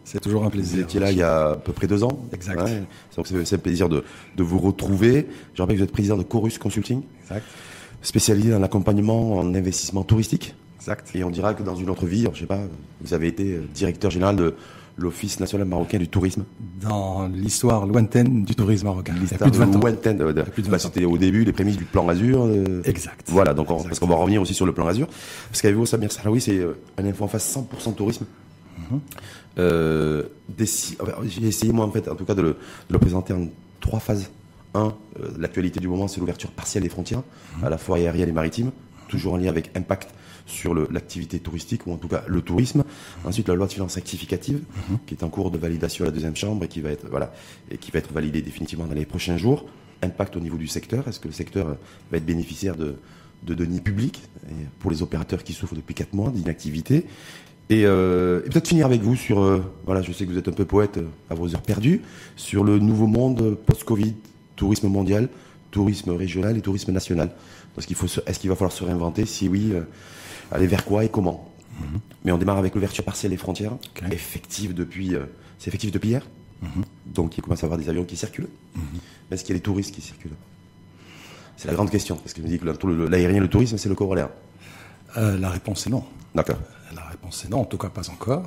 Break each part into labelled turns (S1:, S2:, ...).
S1: C'est toujours un plaisir.
S2: Vous étiez là il y a à peu près 2 ans.
S1: Exact.
S2: Ouais. Donc c'est un plaisir de vous retrouver. Je rappelle que vous êtes président de Chorus Consulting.
S1: Exact.
S2: Spécialisé dans l'accompagnement en investissement touristique.
S1: Exact.
S2: Et on dira que dans une autre vie, je sais pas, vous avez été directeur général de l'Office national marocain du tourisme.
S1: Dans l'histoire lointaine du tourisme marocain.
S2: L'histoire
S1: il y a plus de 20 ans.
S2: lointaine. C'était au début, les prémices du plan Azur.
S1: Exact.
S2: Voilà, donc parce qu'on va revenir aussi sur le plan Azur. Parce qu'avec vous, Samir Sahraoui, c'est un info en face 100% tourisme. J'ai essayé, moi, en fait, en tout cas, de le présenter en 3 phases. L'actualité du moment, c'est l'ouverture partielle des frontières, à la fois aérienne et maritime, toujours en lien avec impact sur l'activité touristique, ou en tout cas le tourisme. Ensuite, la loi de finances rectificative, qui est en cours de validation à la 2e chambre et qui va être validée définitivement dans les prochains jours. Impact au niveau du secteur. Est-ce que le secteur va être bénéficiaire de deniers publics pour les opérateurs qui souffrent depuis 4 mois d'inactivité? Et peut-être finir avec vous sur, je sais que vous êtes un peu poète à vos heures perdues, sur le nouveau monde post-Covid, tourisme mondial, tourisme régional et tourisme national. Est-ce qu'il va falloir se réinventer? Si oui, aller vers quoi et comment? Mais on démarre avec l'ouverture partielle des frontières, effective depuis hier. Donc il commence à y avoir des avions qui circulent. Est-ce qu'il y a des touristes qui circulent? C'est la grande question, parce que je me dis que l'aérien et le tourisme, c'est le corollaire.
S1: La réponse est non.
S2: D'accord.
S1: La réponse est non, en tout cas pas encore.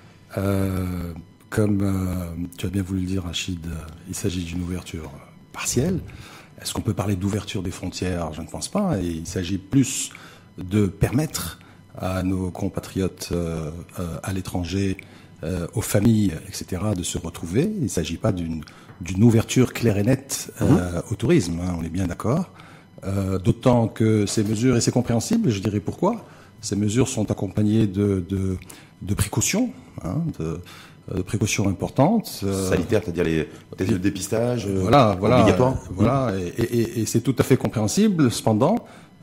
S1: Comme tu as bien voulu le dire, Rachid, il s'agit d'une ouverture partielle. Est-ce qu'on peut parler d'ouverture des frontières? Je ne pense pas. Et il s'agit plus de permettre à nos compatriotes à l'étranger, aux familles, etc., de se retrouver. Il ne s'agit pas d'une ouverture claire et nette au tourisme, on est bien d'accord. D'autant que ces mesures, et c'est compréhensible, je dirais pourquoi, ces mesures sont accompagnées de précautions, de précautions importantes.
S2: Sanitaires, c'est-à-dire les tests de dépistage
S1: obligatoires. Voilà, et c'est tout à fait compréhensible. Cependant,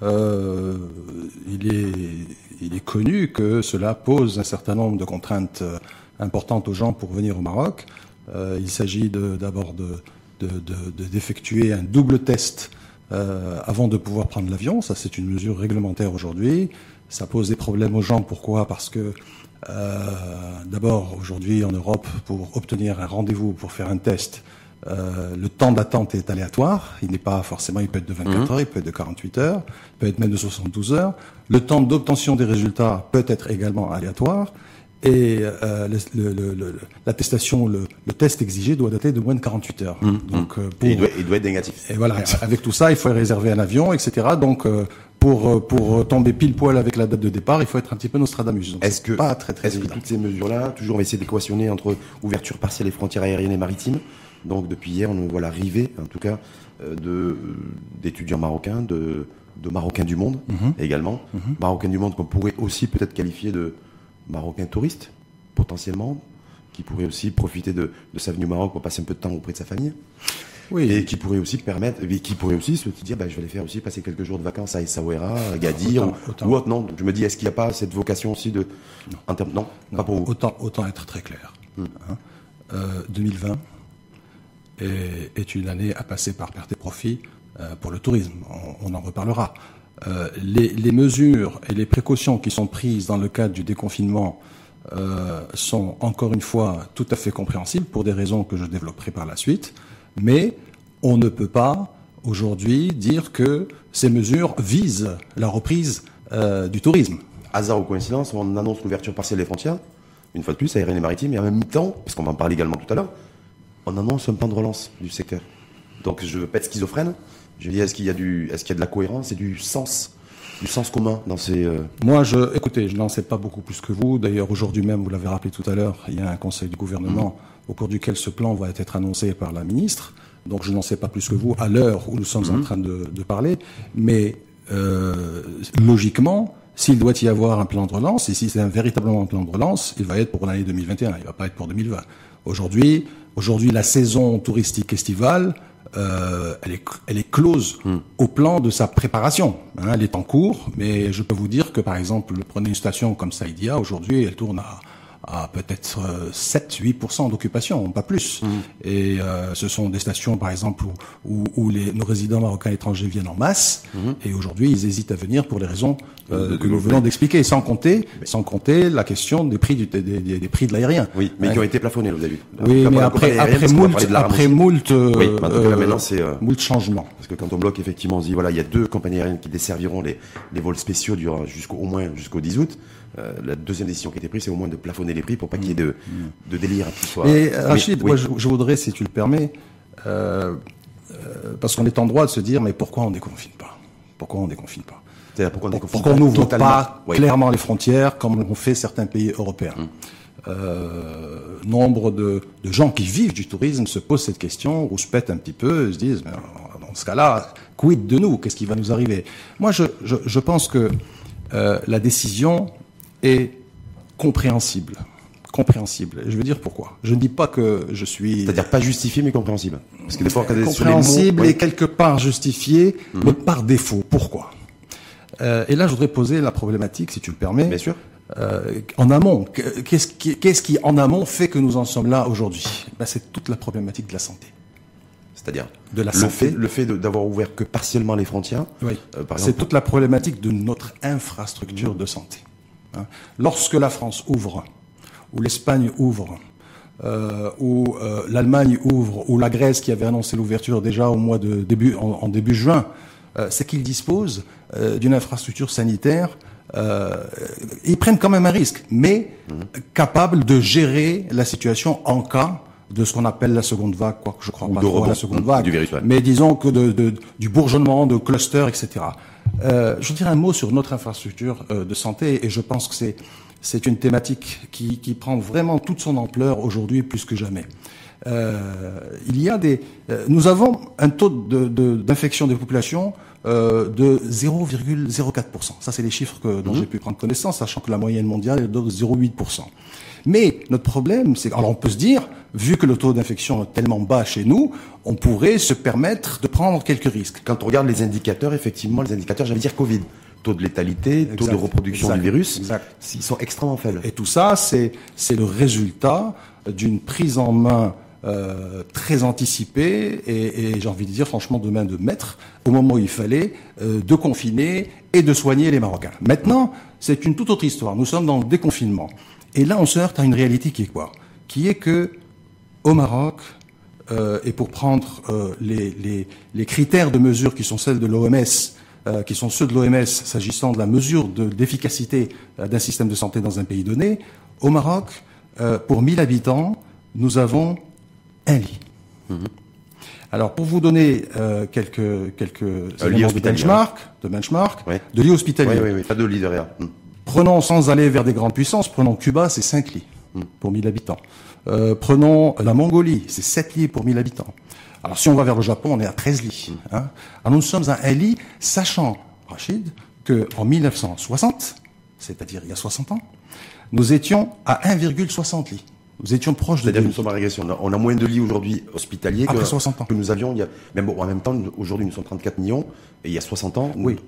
S1: il est connu que cela pose un certain nombre de contraintes importantes aux gens pour venir au Maroc. Il s'agit d'abord d'effectuer un double test avant de pouvoir prendre l'avion. Ça, c'est une mesure réglementaire aujourd'hui. Ça pose des problèmes aux gens. Pourquoi? Parce que d'abord, aujourd'hui, en Europe, pour obtenir un rendez-vous, pour faire un test, le temps d'attente est aléatoire. Il n'est pas forcément, il peut être de 24 heures, il peut être de 48 heures, il peut être même de 72 heures. Le temps d'obtention des résultats peut être également aléatoire. Et l'attestation, le test exigé doit dater de moins de 48 heures. Donc,
S2: il doit être négatif.
S1: Et voilà, avec tout ça, il faut réserver un avion, etc. Donc, pour tomber pile poil avec la date de départ, il faut être un petit peu Nostradamus. Donc, est-ce que
S2: toutes ces mesures-là, toujours on va essayer d'équationner entre ouverture partielle des frontières aériennes et maritimes? Donc depuis hier, on voit l'arrivée, en tout cas, d'étudiants marocains, de Marocains du monde également. Marocains du monde qu'on pourrait aussi peut-être qualifier de Marocains touristes, potentiellement, qui pourraient aussi profiter de sa venue au Maroc pour passer un peu de temps auprès de sa famille. Oui. Et qui pourrait aussi se dire, je vais aller faire aussi passer quelques jours de vacances à Essaouira, à Agadir ou autre. Non, je me dis, est-ce qu'il n'y a pas cette vocation aussi de, non, pas pour vous.
S1: Autant être très clair. 2020 est une année à passer par perte et profit pour le tourisme. On en reparlera. Les mesures et les précautions qui sont prises dans le cadre du déconfinement sont encore une fois tout à fait compréhensibles pour des raisons que je développerai par la suite, mais on ne peut pas aujourd'hui dire que ces mesures visent la reprise du tourisme.
S2: Hasard ou coïncidence, on annonce l'ouverture partielle des frontières, une fois de plus, aérienne et maritime, et en même temps, parce qu'on va en parler également tout à l'heure, on annonce un plan de relance du secteur. Donc je ne veux pas être schizophrène. Je dis, est-ce qu'il y a de la cohérence et du sens commun dans ces...
S1: Moi, écoutez, je n'en sais pas beaucoup plus que vous. D'ailleurs, aujourd'hui même, vous l'avez rappelé tout à l'heure, il y a un conseil du gouvernement au cours duquel ce plan va être annoncé par la ministre. Donc, je n'en sais pas plus que vous à l'heure où nous sommes en train de parler. Mais logiquement, s'il doit y avoir un plan de relance, et si c'est véritablement un plan de relance, il va être pour l'année 2021, il ne va pas être pour 2020. Aujourd'hui, la saison touristique estivale, elle est close au plan de sa préparation. Elle est en cours, mais je peux vous dire que, par exemple, prenez une station comme Saïdia, aujourd'hui, elle tourne à peut-être 7-8% d'occupation, pas plus. Et ce sont des stations, par exemple, où nos résidents marocains étrangers viennent en masse. Et aujourd'hui, ils hésitent à venir pour les raisons que nous venons d'expliquer, sans compter la question des prix des prix de l'aérien.
S2: Oui, mais qui ont été plafonnés, vous avez vu.
S1: Oui, mais après moult changements.
S2: Parce que quand on bloque, effectivement, on se dit, voilà, il y a 2 compagnies aériennes qui desserviront les vols spéciaux au moins jusqu'au 10 août. La deuxième décision qui a été prise, c'est au moins de plafonner les prix pour pas qu'il y ait de délire.
S1: Et Rachid, moi, je voudrais, si tu le permets, parce qu'on est en droit de se dire, mais pourquoi on déconfine pas? Pourquoi on déconfine pas? Pourquoi on n'ouvre pas clairement les frontières comme l'ont fait certains pays européens? Nombre de gens qui vivent du tourisme se posent cette question, rouspètent un petit peu, se disent, dans ce cas-là, quid de nous? Qu'est-ce qui va nous arriver? Moi, je pense que la décision est compréhensible. Je veux dire pourquoi. Je ne dis pas que je suis...
S2: C'est-à-dire pas justifié, mais compréhensible. Parce que des fois,
S1: compréhensible et quelque part justifié, mais par défaut. Pourquoi? Et là, je voudrais poser la problématique, si tu le permets.
S2: Bien sûr.
S1: En amont, qu'est-ce qui en amont fait que nous en sommes là aujourd'hui? C'est toute la problématique de la santé.
S2: C'est-à-dire
S1: de la santé.
S2: Le fait d'avoir ouvert que partiellement les frontières.
S1: Oui. C'est toute la problématique de notre infrastructure de santé. Lorsque la France ouvre, ou l'Espagne ouvre, ou l'Allemagne ouvre, ou la Grèce qui avait annoncé l'ouverture déjà en début juin, c'est qu'ils disposent d'une infrastructure sanitaire. Ils prennent quand même un risque, mais capables de gérer la situation en cas de ce qu'on appelle la seconde vague, quoique je crois pas trop à la seconde vague,
S2: du virus,
S1: mais disons que du bourgeonnement, de clusters, etc. Je dirais un mot sur notre infrastructure de santé, et je pense que c'est une thématique qui prend vraiment toute son ampleur aujourd'hui plus que jamais. Nous avons un taux d'infection des populations de 0,04%. Ça, c'est les chiffres dont j'ai pu prendre connaissance, sachant que la moyenne mondiale est de 0,8%. Mais notre problème, alors on peut se dire, vu que le taux d'infection est tellement bas chez nous, on pourrait se permettre de prendre quelques risques.
S2: Quand on regarde les indicateurs, effectivement, j'allais dire Covid, taux de létalité, taux de reproduction du virus, ils sont extrêmement faibles.
S1: Et tout ça, c'est le résultat d'une prise en main très anticipée et j'ai envie de dire franchement de main de maître au moment où il fallait de confiner et de soigner les Marocains. Maintenant, c'est une toute autre histoire. Nous sommes dans le déconfinement. Et là, on se heurte à une réalité qui est quoi? Qui est que au Maroc, et pour prendre les critères de mesure qui sont celles de l'OMS, qui sont ceux de l'OMS s'agissant de la mesure d'efficacité d'un système de santé dans un pays donné, au Maroc, pour 1000 habitants, nous avons un lit. Alors, pour vous donner quelques éléments de benchmark, de lits hospitaliers.
S2: Oui, pas de lit de réa.
S1: Prenons, sans aller vers des grandes puissances, prenons Cuba, c'est 5 lits pour 1000 habitants. Prenons la Mongolie, c'est 7 lits pour 1000 habitants. Alors, si on va vers le Japon, on est à 13 lits. Alors, nous sommes à un lit, sachant, Rachid, qu'en 1960, c'est-à-dire il y a 60 ans, nous étions à 1,60 lits. Nous étions proches de...
S2: C'est-à-dire que nous sommes en régression. On a moins de lits aujourd'hui hospitaliers que nous avions il y a... en même temps, aujourd'hui, nous sommes 34 millions. Et il y a 60 ans, on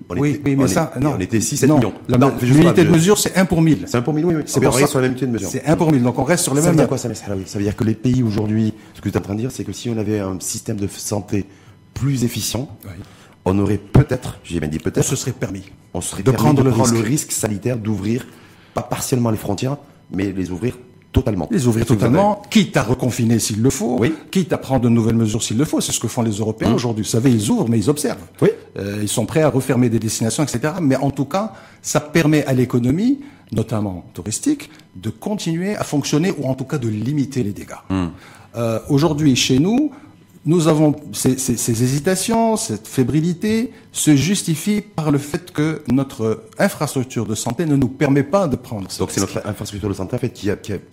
S2: était 6-7 millions.
S1: L'unité de mesure, c'est 1 pour 1000.
S2: C'est 1 pour 1000, oui.
S1: C'est pour ça.
S2: Sur la même unité de mesure.
S1: C'est 1 pour 1000. Donc on reste sur les mêmes...
S2: Ça veut dire quoi, ça veut dire que les pays aujourd'hui, ce que tu es en train de dire, c'est que si on avait un système de santé plus efficient, on aurait peut-être, j'ai bien dit peut-être...
S1: On se serait permis.
S2: On serait de prendre le risque sanitaire d'ouvrir, pas partiellement les frontières, mais les ouvrir totalement.
S1: Les ouvrir totalement, quitte à reconfiner s'il le faut, quitte à prendre de nouvelles mesures s'il le faut. C'est ce que font les Européens aujourd'hui. Vous savez, ils ouvrent, mais ils observent. Ils sont prêts à refermer des destinations, etc. Mais en tout cas, ça permet à l'économie, notamment touristique, de continuer à fonctionner ou en tout cas de limiter les dégâts. Aujourd'hui, chez nous, nous avons ces hésitations, cette fébrilité se justifie par le fait que notre infrastructure de santé ne nous permet pas de prendre ce
S2: risque. Donc c'est notre infrastructure de santé en fait qui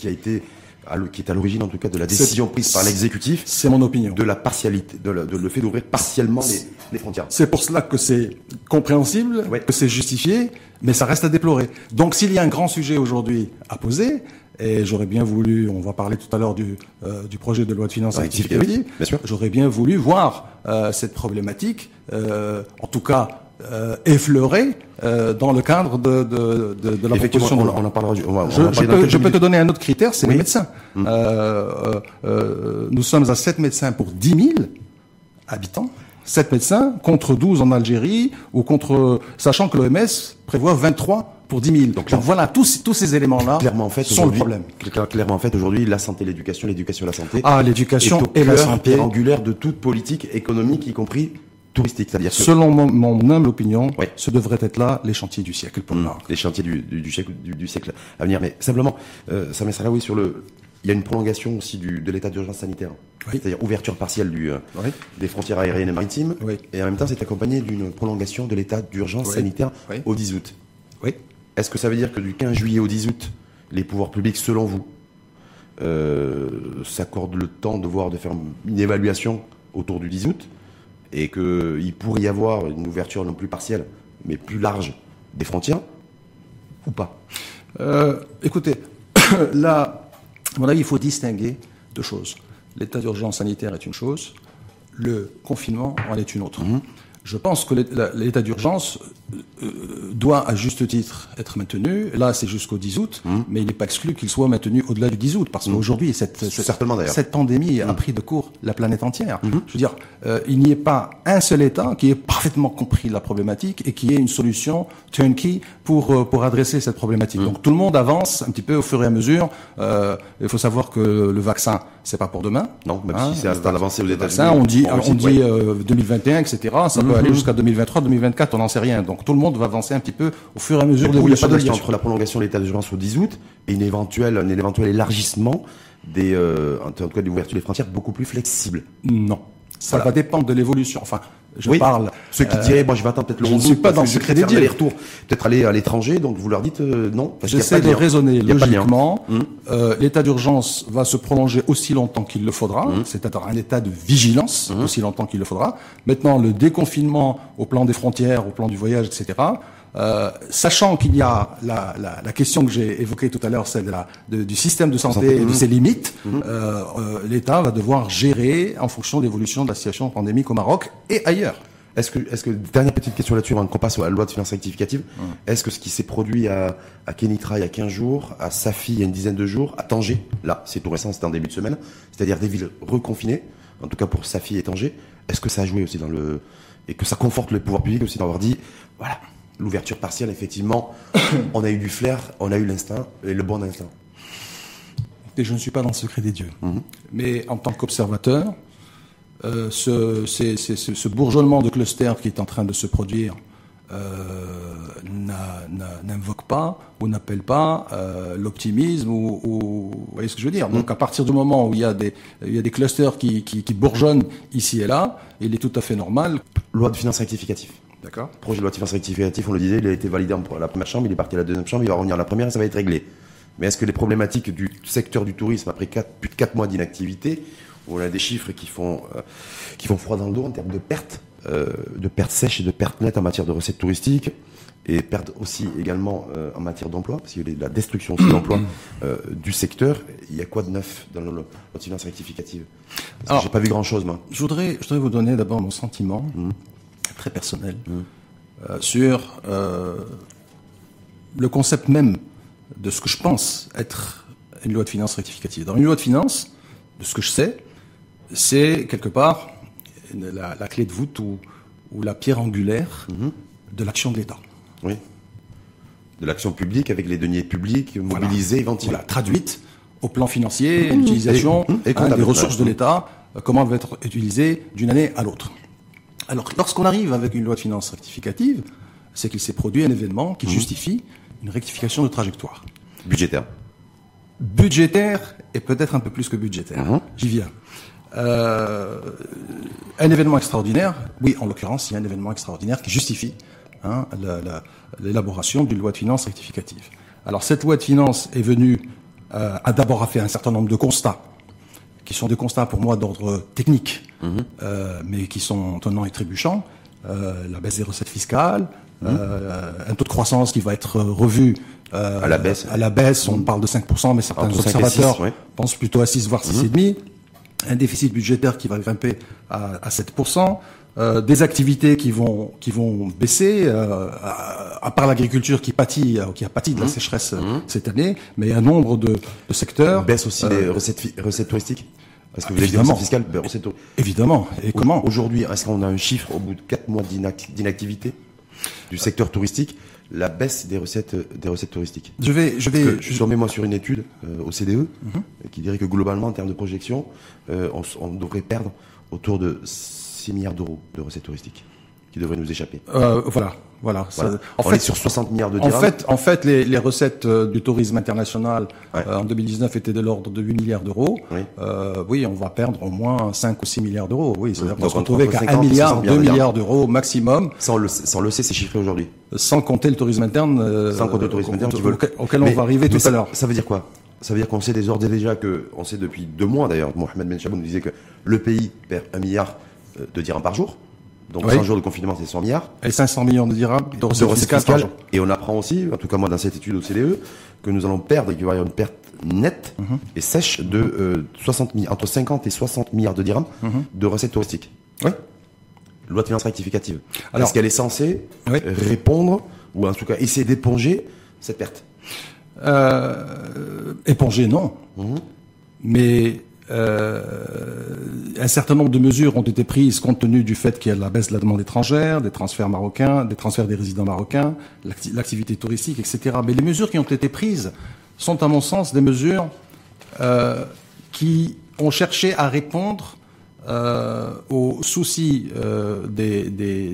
S2: est à l'origine en tout cas de la décision prise par l'exécutif.
S1: C'est mon opinion.
S2: De la partialité, de le fait d'ouvrir partiellement les frontières.
S1: C'est pour cela que c'est compréhensible, que c'est justifié, mais ça reste à déplorer. Donc s'il y a un grand sujet aujourd'hui à poser, et j'aurais bien voulu, on va parler tout à l'heure du projet de loi de finances rectificative, j'aurais bien voulu voir cette problématique, en tout cas effleuré dans le cadre de la proposition de loi.
S2: On en parlera.
S1: Je peux te donner un autre critère, c'est les médecins. Nous sommes à 7 médecins pour 10 000 habitants. 7 médecins contre 12 en Algérie, sachant que l'OMS prévoit 23 pour 10 000. Donc voilà, tous ces éléments-là sont le problème.
S2: Clairement, en fait, aujourd'hui, la santé, l'éducation, la santé.
S1: L'éducation et la santé.
S2: Pierre angulaire de toute politique économique, y compris touristique. C'est-à-dire que,
S1: selon mon humble opinion, ce devrait être là les chantiers du siècle pour le Maroc.
S2: Les chantiers du siècle à venir. Mais simplement, ça met ça là, il y a une prolongation aussi de l'état d'urgence sanitaire. C'est-à-dire ouverture partielle des frontières aériennes et maritimes. Et en même temps, c'est accompagné d'une prolongation de l'état d'urgence sanitaire au 10 août.
S1: Oui.
S2: Est-ce que ça veut dire que du 15 juillet au 10 août, les pouvoirs publics, selon vous, s'accordent le temps de faire une évaluation autour du 10 août et qu'il pourrait y avoir une ouverture non plus partielle, mais plus large des frontières, ou pas?
S1: Écoutez, là, à mon avis, il faut distinguer deux choses. L'état d'urgence sanitaire est une chose, le confinement en est une autre. Je pense que l'état d'urgence doit, à juste titre, être maintenu. Là, c'est jusqu'au 10 août, mais il n'est pas exclu qu'il soit maintenu au-delà du 10 août, parce qu'aujourd'hui, cette pandémie a pris de court la planète entière. Je veux dire, il n'y ait pas un seul État qui ait parfaitement compris la problématique et qui ait une solution turnkey pour adresser cette problématique. Donc tout le monde avance un petit peu au fur et à mesure. Il faut savoir que le vaccin, c'est pas pour demain.
S2: Non, même si c'est un stade avancé aux États-Unis.
S1: On dit 2021, etc. Ça peut aller jusqu'à 2023, 2024, on n'en sait rien. Donc tout le monde va avancer un petit peu au fur et à mesure de l'évolution.
S2: Il n'y a pas de lien entre la prolongation de l'état d'urgence au 10 août et un éventuel élargissement en tout cas de l'ouverture des frontières beaucoup plus flexible.
S1: Non. Ça va dépendre de l'évolution. Enfin, je parle.
S2: Ceux qui diraient, moi je vais attendre peut-être le 11 août. Je ne suis pas dans le secret des dieux. Aller-retour, peut-être aller à l'étranger, donc vous leur dites non.
S1: J'essaie de raisonner logiquement. L'état d'urgence va se prolonger aussi longtemps qu'il le faudra, c'est-à-dire un état de vigilance aussi longtemps qu'il le faudra. Maintenant, le déconfinement au plan des frontières, au plan du voyage, etc., sachant qu'il y a la question que j'ai évoquée tout à l'heure, celle du système de santé et de ses limites, l'État va devoir gérer en fonction de l'évolution de la situation pandémique au Maroc et ailleurs.
S2: Est-ce que dernière petite question là-dessus, avant qu'on passe à la loi de finances rectificative, est-ce que ce qui s'est produit à Kénitra il y a 15 jours, à Safi il y a une dizaine de jours, à Tanger, là c'est tout récent, c'était en début de semaine, c'est-à-dire des villes reconfinées, en tout cas pour Safi et Tanger, est-ce que ça a joué aussi et que ça conforte les pouvoirs publics aussi d'avoir dit, voilà, l'ouverture partielle, effectivement, on a eu du flair, on a eu l'instinct, et le bon instinct.
S1: Et je ne suis pas dans le secret des dieux. Mais en tant qu'observateur, ce bourgeonnement de clusters qui est en train de se produire n'invoque pas ou n'appelle pas l'optimisme ou vous voyez ce que je veux dire. Donc à partir du moment où il y a des clusters qui bourgeonnent ici et là, il est tout à fait normal.
S2: Loi de finances rectificative.
S1: D'accord.
S2: Projet de loi de finances rectificative, on le disait, il a été validé à la première chambre, il est parti à la deuxième chambre, il va revenir à la première et ça va être réglé. Mais est-ce que les problématiques du secteur du tourisme, après plus de 4 mois d'inactivité, où on a des chiffres qui font froid dans le dos en termes de pertes sèches et de pertes nettes en matière de recettes touristiques, et pertes aussi également en matière d'emploi, parce qu'il y a la destruction aussi d'emploi du secteur. Il y a quoi de neuf dans la loi de finances rectificative? Parce que j'ai pas vu grand-chose, moi.
S1: Je voudrais vous donner d'abord mon sentiment très personnel sur le concept même de ce que je pense être une loi de finances rectificative. Dans une loi de finances, de ce que je sais, c'est quelque part la clé de voûte ou la pierre angulaire de l'action de l'État.
S2: Oui. De l'action publique avec les deniers publics mobilisés et ventilés.
S1: Voilà, traduite au plan financier, l'utilisation des ressources de l'État, comment elles vont être utilisées d'une année à l'autre. Alors, lorsqu'on arrive avec une loi de finances rectificative, c'est qu'il s'est produit un événement qui justifie une rectification de trajectoire. Budgétaire et peut-être un peu plus que budgétaire. J'y viens. Un événement extraordinaire, oui, en l'occurrence, il y a un événement extraordinaire qui justifie l'élaboration d'une loi de finances rectificative. Alors, cette loi de finances est venue, a d'abord fait un certain nombre de constats, qui sont des constats pour moi d'ordre technique, mais qui sont tonnants et trébuchants. La baisse des recettes fiscales, un taux de croissance qui va être revu
S2: à la baisse.
S1: À la baisse, on parle de 5%, mais certains observateurs pensent plutôt à 6, voire 6,5%. Un déficit budgétaire qui va grimper à 7%. des activités qui vont baisser, à part l'agriculture qui a pâti de la sécheresse cette année, mais un nombre de secteurs.
S2: Baisse aussi des recettes touristiques. Parce que vous avez dit
S1: évidemment.
S2: fiscale,
S1: Évidemment. Et comment
S2: aujourd'hui, est-ce qu'on a un chiffre au bout de 4 mois d'inactivité du secteur touristique, la baisse des recettes touristiques?
S1: Je
S2: mets moi sur une étude au CDE qui dirait que globalement, en termes de projection, on devrait perdre autour de 6 milliards d'euros de recettes touristiques qui devraient nous échapper.
S1: Voilà. Ça,
S2: on est sur 60 milliards de dirhams.
S1: En fait, les recettes du tourisme international en 2019 étaient de l'ordre de 8 milliards d'euros. Oui, on va perdre au moins 5 ou 6 milliards d'euros. Oui, c'est-à-dire qu'on va se retrouver qu'à 1 milliard, 2 milliards d'euros au maximum.
S2: Ça, on le sait, c'est chiffré aujourd'hui.
S1: Sans compter le tourisme interne.
S2: Sans compter le tourisme interne
S1: auquel on va arriver tout à l'heure.
S2: Ça veut dire quoi? Ça veut dire qu'on sait d'ores et déjà on sait depuis 2 mois d'ailleurs, Mohamed Ben Chaboun nous disait que le pays perd 1 milliard de dirhams par jour. Donc 100 jours de confinement, c'est 100 milliards.
S1: Et 500 millions de dirhams de recettes fiscales.
S2: Et on apprend aussi, en tout cas moi dans cette étude au CDE, que nous allons perdre, qu'il va y avoir une perte nette et sèche de entre 50 et 60 milliards de dirhams de recettes touristiques.
S1: Oui.
S2: Loi de finances rectificative. Est-ce qu'elle est censée répondre, ou en tout cas essayer d'éponger cette perte?
S1: Éponger, non. Mais un certain nombre de mesures ont été prises compte tenu du fait qu'il y a la baisse de la demande étrangère, des transferts marocains, des transferts des résidents marocains, l'activité touristique, etc. Mais les mesures qui ont été prises sont, à mon sens, des mesures qui ont cherché à répondre aux soucis des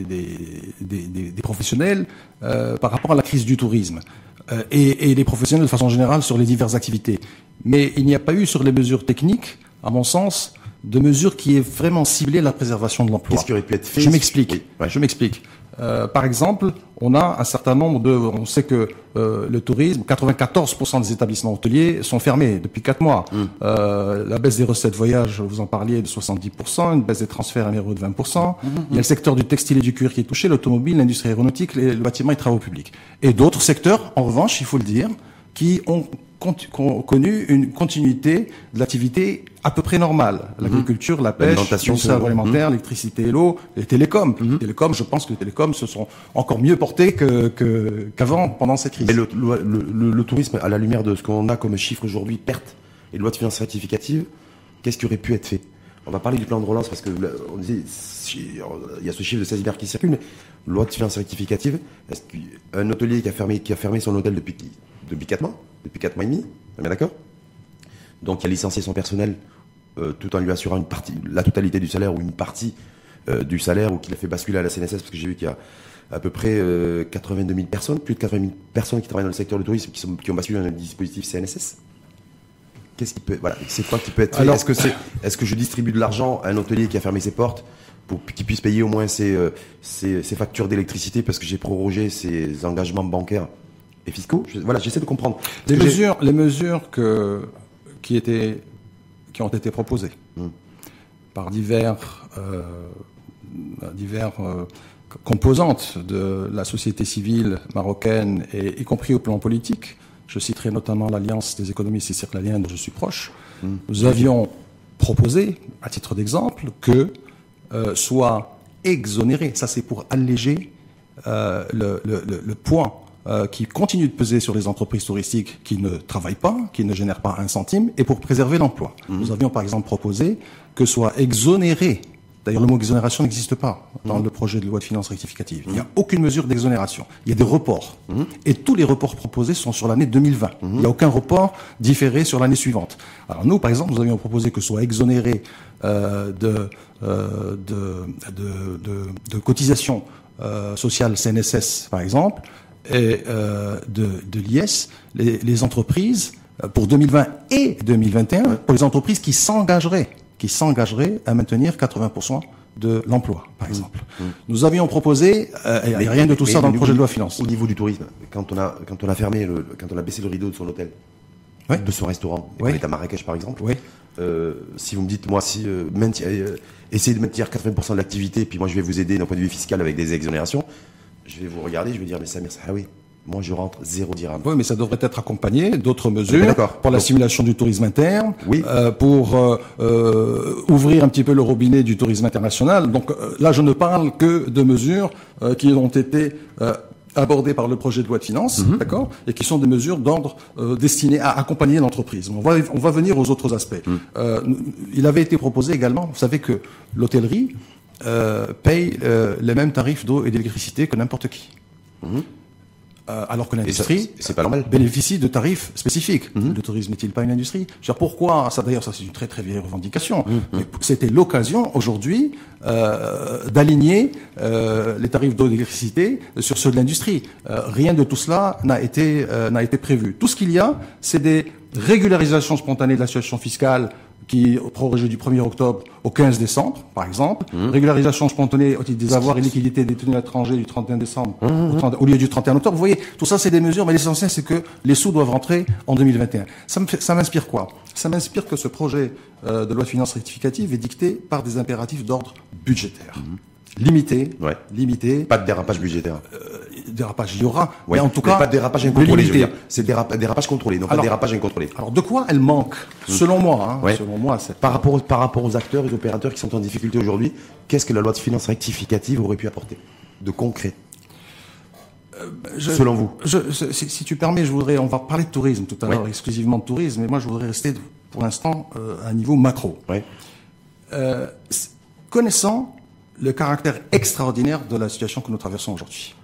S1: professionnels par rapport à la crise du tourisme et des professionnels de façon générale sur les diverses activités. Mais il n'y a pas eu sur les mesures techniques, à mon sens, de mesures qui aient vraiment ciblé la préservation de l'emploi.
S2: Qu'est-ce qui aurait pu être fait?
S1: Je m'explique. Je m'explique. Par exemple, on a un certain nombre on sait que le tourisme, 94% des établissements hôteliers sont fermés depuis 4 mois. La baisse des recettes voyage, vous en parliez, de 70%, une baisse des transferts améro de 20%. Il y a le secteur du textile et du cuir qui est touché, l'automobile, l'industrie aéronautique, le bâtiment et les travaux publics. Et d'autres secteurs, en revanche, il faut le dire, qui ont connu une continuité de l'activité à peu près normale. L'agriculture, la pêche, l'industrie agroalimentaire, l'électricité et l'eau, les télécoms. Les télécoms, je pense que les télécoms se sont encore mieux portés qu'avant, pendant cette crise.
S2: Mais le tourisme, à la lumière de ce qu'on a comme chiffre aujourd'hui, perte et loi de finances rectificative, qu'est-ce qui aurait pu être fait? On va parler du plan de relance parce que on disait, il y a ce chiffre de 16 milliards qui circule, mais loi de finances rectificative, est-ce qu'un hôtelier qui a fermé son hôtel depuis 4 mois, depuis 4 mois et demi, on est bien d'accord? Donc il a licencié son personnel tout en lui assurant la totalité du salaire ou une partie du salaire, ou qu'il a fait basculer à la CNSS, parce que j'ai vu qu'il y a à peu près 82 000 personnes, plus de 80 000 personnes qui travaillent dans le secteur du tourisme qui ont basculé dans le dispositif CNSS. Qu'est-ce qui peut, c'est quoi qui peut être fait? Alors, est-ce que je distribue de l'argent à un hôtelier qui a fermé ses portes pour qu'il puisse payer au moins ses factures d'électricité parce que j'ai prorogé ses engagements bancaires et fiscaux? J'essaie de comprendre.
S1: Les mesures qui ont été proposées par divers composantes de la société civile marocaine, et y compris au plan politique. Je citerai notamment l'Alliance des économistes et circlaliens dont je suis proche. Nous avions proposé, à titre d'exemple, que soit exonéré, ça c'est pour alléger le poids qui continue de peser sur les entreprises touristiques qui ne travaillent pas, qui ne génèrent pas un centime, et pour préserver l'emploi. Nous avions par exemple proposé que soit exonéré. D'ailleurs, le mot exonération n'existe pas dans le projet de loi de finances rectificative. Il n'y a aucune mesure d'exonération. Il y a des reports. Et tous les reports proposés sont sur l'année 2020. Il n'y a aucun report différé sur l'année suivante. Alors nous, par exemple, nous avions proposé que soit exonéré de cotisations sociales CNSS, par exemple, et de l'IS, les entreprises pour 2020 et 2021, pour les entreprises qui s'engageraient à maintenir 80% de l'emploi, par exemple. Nous avions proposé, il n'y a rien de tout ça dans le projet de loi finances.
S2: Au niveau du tourisme, quand on a baissé le rideau de son hôtel, de son restaurant, et qu'on est à Marrakech par exemple, si vous me dites, moi, essayez de maintenir 80% de l'activité, puis moi je vais vous aider d'un point de vue fiscal avec des exonérations, je vais vous regarder, je vais dire, mais Samir Sahawi, moi je rentre 0 dirham.
S1: Oui, mais ça devrait être accompagné d'autres mesures
S2: d'accord.
S1: pour la stimulation du tourisme interne,
S2: Oui.
S1: Pour ouvrir un petit peu le robinet du tourisme international. Donc là, je ne parle que de mesures qui ont été abordées par le projet de loi de finances, d'accord, et qui sont des mesures d'ordre destinées à accompagner l'entreprise. On va venir aux autres aspects. Il avait été proposé également, vous savez que l'hôtellerie paye les mêmes tarifs d'eau et d'électricité que n'importe qui. Alors que l'industrie
S2: c'est pas normal.
S1: bénéficie de tarifs spécifiques. Le tourisme n'est-il pas une industrie? Je veux dire, pourquoi ça? D'ailleurs, ça c'est une très très vieille revendication. Mais c'était l'occasion aujourd'hui d'aligner les tarifs d'eau et d'électricité sur ceux de l'industrie. Rien de tout cela n'a été prévu. Tout ce qu'il y a, c'est des régularisations spontanées de la situation fiscale qui prorogée du 1er octobre au 15 décembre, par exemple. Régularisation spontanée au titre des avoirs et liquidités détenus à l'étranger du 31 décembre au lieu du 31 octobre. Vous voyez, tout ça, c'est des mesures, mais l'essentiel, c'est que les sous doivent rentrer en 2021. Ça m'inspire quoi? Ça m'inspire que ce projet de loi de finances rectificative est dicté par des impératifs d'ordre budgétaire. Limité.
S2: Pas de dérapage budgétaire.
S1: Dérapage, il y aura. Mais en tout cas,
S2: pas de dérapage incontrôlé, je veux dire. C'est dérapage contrôlé, non pas de dérapage incontrôlé.
S1: Alors, de quoi elle manque? Selon moi, selon moi, c'est
S2: par rapport aux acteurs et aux opérateurs qui sont en difficulté aujourd'hui, qu'est-ce que la loi de finances rectificative aurait pu apporter de concret? Selon vous?
S1: Si tu permets, on va parler de tourisme tout à l'heure, exclusivement de tourisme, mais moi, je voudrais rester, pour l'instant, à un niveau macro. Connaissant le caractère extraordinaire de la situation que nous traversons aujourd'hui.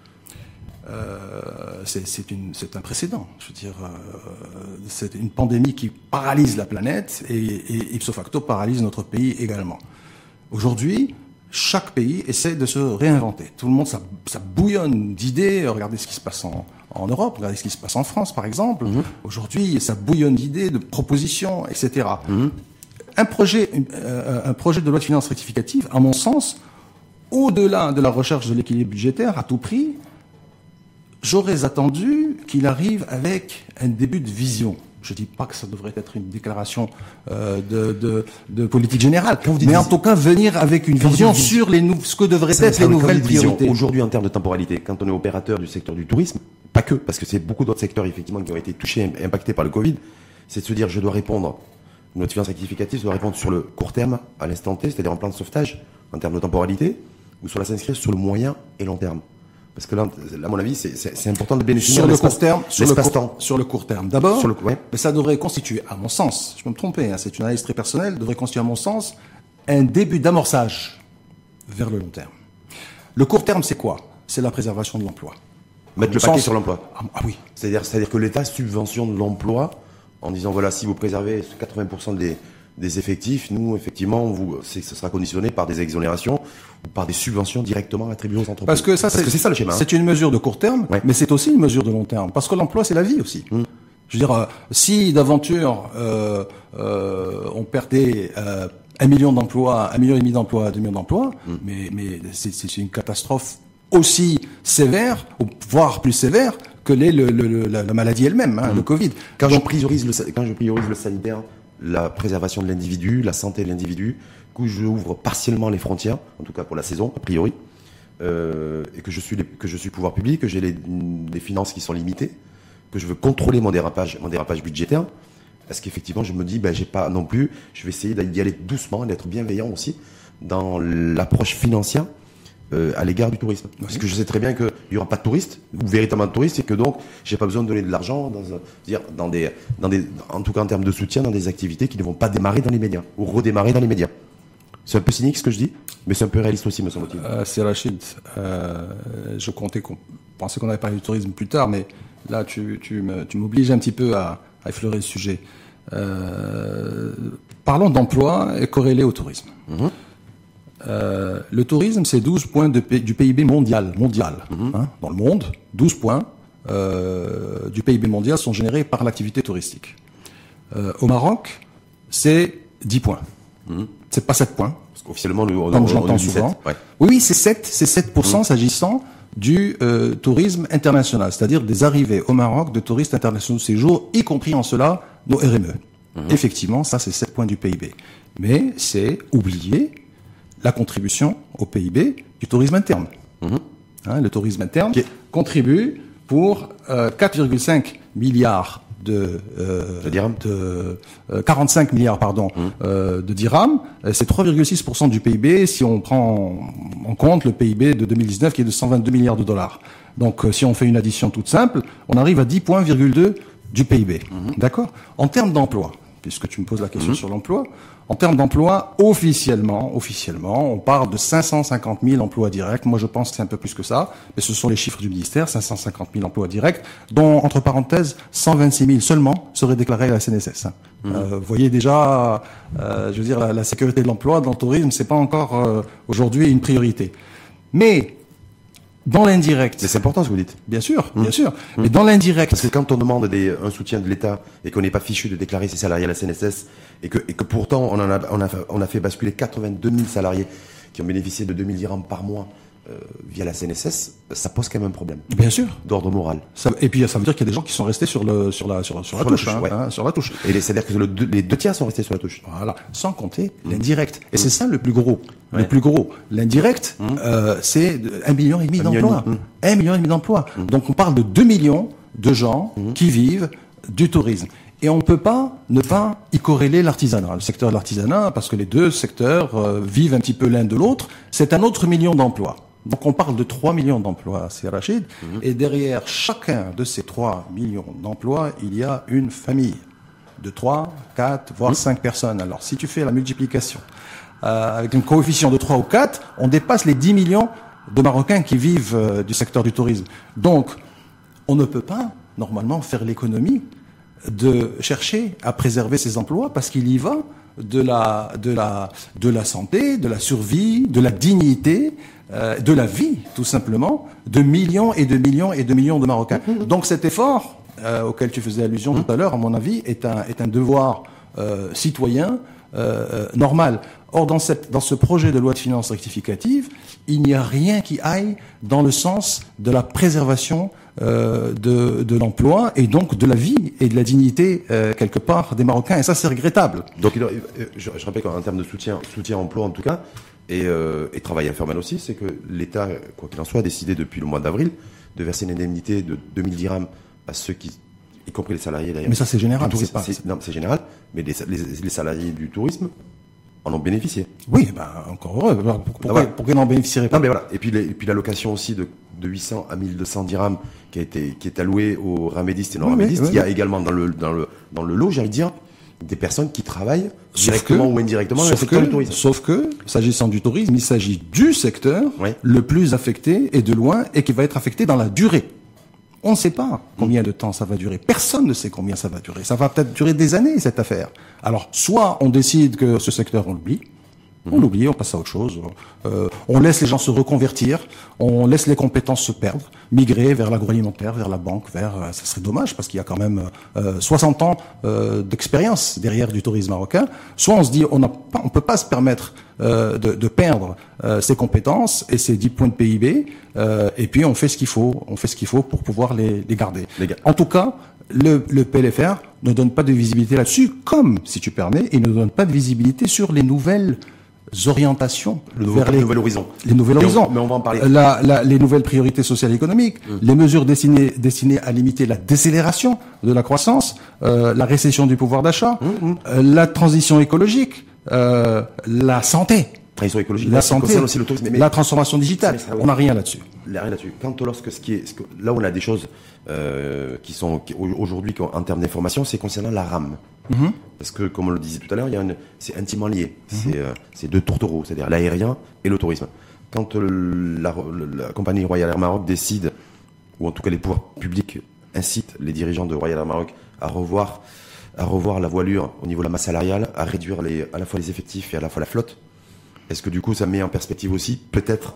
S1: C'est un précédent. Je veux dire, c'est une pandémie qui paralyse la planète et ipso facto paralyse notre pays également. Aujourd'hui, chaque pays essaie de se réinventer. Tout le monde, ça bouillonne d'idées. Regardez ce qui se passe en Europe, regardez ce qui se passe en France, par exemple. Aujourd'hui, ça bouillonne d'idées, de propositions, etc. Un projet de loi de finances rectificative, à mon sens, au-delà de la recherche de l'équilibre budgétaire à tout prix, j'aurais attendu qu'il arrive avec un début de vision. Je dis pas que ça devrait être une déclaration de politique générale, mais en tout cas venir avec une vision sur ce que devraient être les nouvelles priorités.
S2: Aujourd'hui, en termes de temporalité, quand on est opérateur du secteur du tourisme, pas que, parce que c'est beaucoup d'autres secteurs effectivement qui ont été touchés, impactés par le Covid, c'est de se dire je dois répondre, une loi de finances rectificative doit répondre sur le court terme, à l'instant T, c'est-à-dire en plan de sauvetage, en termes de temporalité, ou sur la s'inscrire sur le moyen et long terme. Parce que là, à mon avis, c'est important de bénéficier
S1: sur le court terme,
S2: l'espace-temps.
S1: Sur le court terme. D'abord, mais ça devrait constituer, à mon sens, je peux me tromper, c'est une analyse très personnelle, devrait constituer, à mon sens, un début d'amorçage vers le long terme. Le court terme, c'est quoi? C'est la préservation de l'emploi.
S2: Mettre le paquet sur l'emploi.
S1: Ah oui.
S2: C'est-à-dire que l'État subventionne l'emploi en disant, voilà, si vous préservez 80% des effectifs, nous, effectivement, ce sera conditionné par des exonérations ou par des subventions directement attribuées aux entreprises.
S1: Parce que c'est ça le schéma. C'est une mesure de court terme, mais c'est aussi une mesure de long terme. Parce que l'emploi, c'est la vie aussi. Je veux dire, si d'aventure, on perdait 1 million d'emplois, 1,5 million d'emplois, 2 millions d'emplois, mais c'est une catastrophe aussi sévère, voire plus sévère, que l'est la maladie elle-même, le Covid.
S2: Quand je priorise le sanitaire, la préservation de l'individu, la santé de l'individu, que je ouvre partiellement les frontières, en tout cas pour la saison, a priori, et que je suis pouvoir public, que j'ai des finances qui sont limitées, que je veux contrôler mon dérapage budgétaire, est-ce qu'effectivement je me dis, j'ai pas non plus, je vais essayer d'y aller doucement, d'être bienveillant aussi dans l'approche financière à l'égard du tourisme. Parce que je sais très bien qu'il n'y aura pas de touristes, ou véritablement de touristes, et que donc, j'ai pas besoin de donner de l'argent, en tout cas en termes de soutien, dans des activités qui ne vont pas démarrer dans les médias, ou redémarrer dans les médias. C'est un peu cynique ce que je dis, mais c'est un peu réaliste aussi, me semble-t-il.
S1: C'est Rachid. Je pensais qu'on allait parler du tourisme plus tard, mais là, tu m'obliges un petit peu à effleurer le sujet. Parlons d'emploi et corrélé au tourisme. Le tourisme, c'est 12 points du PIB mondial. Dans le monde, 12 points du PIB mondial sont générés par l'activité touristique. Au Maroc, c'est 10 points. C'est pas 7 points.
S2: Parce qu'officiellement,
S1: comme j'entends souvent. 7, Oui, c'est 7% s'agissant du tourisme international, c'est-à-dire des arrivées au Maroc de touristes internationaux de séjour, y compris en cela nos RME. Effectivement, ça c'est 7 points du PIB. Mais c'est oublier la contribution au PIB du tourisme interne. Le tourisme interne contribue pour 4,5 milliards de 45 milliards de dirhams. C'est 3,6% du PIB si on prend en compte le PIB de 2019 qui est de 122 milliards de dollars. Donc si on fait une addition toute simple, on arrive à 10,2 points du PIB. D'accord ? En termes d'emploi, puisque tu me poses la question sur l'emploi, en termes d'emploi, officiellement, on parle de 550 000 emplois directs. Moi, je pense que c'est un peu plus que ça, mais ce sont les chiffres du ministère, 550 000 emplois directs, dont, entre parenthèses, 126 000 seulement seraient déclarés à la CNSS. Vous voyez déjà, je veux dire, la sécurité de l'emploi dans le tourisme, c'est pas encore aujourd'hui une priorité. Mais dans l'indirect.
S2: Mais c'est important ce que vous dites.
S1: Bien sûr. Mais dans l'indirect.
S2: Parce que quand on demande un soutien de l'État et qu'on n'est pas fichu de déclarer ses salariés à la CNSS et que pourtant on a fait basculer 82 000 salariés qui ont bénéficié de 2 000 dirhams par mois via la CNSS, ça pose quand même un problème.
S1: Bien sûr.
S2: D'ordre moral.
S1: Et puis ça veut dire qu'il y a des gens qui sont restés sur la touche.
S2: Et c'est-à-dire que les 2 tiers sont restés sur la touche.
S1: Voilà. Sans compter l'indirect. Et c'est ça le plus gros. Le plus gros. L'indirect, c'est 1,5 million d'emplois. 1,5 million d'emplois. Donc on parle de 2 millions de gens qui vivent du tourisme. Et on ne peut pas ne pas y corréler l'artisanat, le secteur de l'artisanat, parce que les deux secteurs vivent un petit peu l'un de l'autre. C'est un autre million d'emplois. Donc on parle de 3 millions d'emplois, c'est Rachid. Et derrière chacun de ces 3 millions d'emplois, il y a une famille de 3, 4, voire 5 personnes. Alors si tu fais la multiplication avec un coefficient de 3 ou 4, on dépasse les 10 millions de Marocains qui vivent du secteur du tourisme. Donc on ne peut pas normalement faire l'économie de chercher à préserver ces emplois parce qu'il y va de la santé, de la survie, de la dignité, de la vie, tout simplement, de millions et de millions et de millions de Marocains. Donc cet effort auquel tu faisais allusion tout à l'heure, à mon avis, est un devoir citoyen normal. Or, dans ce projet de loi de finances rectificative, il n'y a rien qui aille dans le sens de la préservation de l'emploi et donc de la vie et de la dignité quelque part des Marocains. Et ça, c'est regrettable.
S2: Donc, je rappelle qu'en termes de soutien emploi en tout cas, et travail informel aussi, c'est que l'État, quoi qu'il en soit, a décidé depuis le mois d'avril de verser une indemnité de 2000 dirhams à ceux y compris les salariés d'ailleurs.
S1: Mais ça, c'est général.
S2: Non, c'est général, mais les salariés du tourisme en ont bénéficié.
S1: Oui, encore heureux. Pourquoi n'en bénéficierait pas?
S2: Non, mais voilà. Et puis l'allocation aussi de 800 à 1200 dirhams qui est allouée aux ramédistes et non-ramédistes. Il y a également dans le lot, j'ai envie de dire, des personnes qui travaillent directement ou indirectement dans le secteur du tourisme.
S1: Sauf que, s'agissant du tourisme, il s'agit du secteur le plus affecté et de loin et qui va être affecté dans la durée. On ne sait pas combien de temps ça va durer. Personne ne sait combien ça va durer. Ça va peut-être durer des années, cette affaire. Alors, soit on décide que ce secteur, on l'oublie, on passe à autre chose. On laisse les gens se reconvertir, on laisse les compétences se perdre, migrer vers l'agroalimentaire, vers la banque, ça serait dommage parce qu'il y a quand même 60 ans d'expérience derrière du tourisme marocain. Soit on se dit on peut pas se permettre de perdre ses compétences et ses 10 points de PIB, et puis on fait ce qu'il faut pour pouvoir les garder. En tout cas, le PLFR ne donne pas de visibilité là-dessus, comme, si tu permets, il ne donne pas de visibilité sur les nouvelles orientations vers les nouveaux horizons.
S2: Mais on va en parler.
S1: Les nouvelles priorités sociales et économiques, les mesures destinées à limiter la décélération de la croissance, la récession du pouvoir d'achat, la transition écologique, la santé.
S2: Transition écologique,
S1: la santé,
S2: aussi le tourisme, mais
S1: la transformation digitale. On n'a rien là-dessus.
S2: Rien là-dessus. Là où on a des choses qui sont aujourd'hui en termes d'information, c'est concernant la RAM. Parce que, comme on le disait tout à l'heure, c'est intimement lié. C'est deux tourtereaux, c'est-à-dire l'aérien et le tourisme. Quand la compagnie Royal Air Maroc décide, ou en tout cas les pouvoirs publics incitent les dirigeants de Royal Air Maroc à revoir la voilure au niveau de la masse salariale, à réduire à la fois les effectifs et à la fois la flotte, est-ce que du coup ça met en perspective aussi peut-être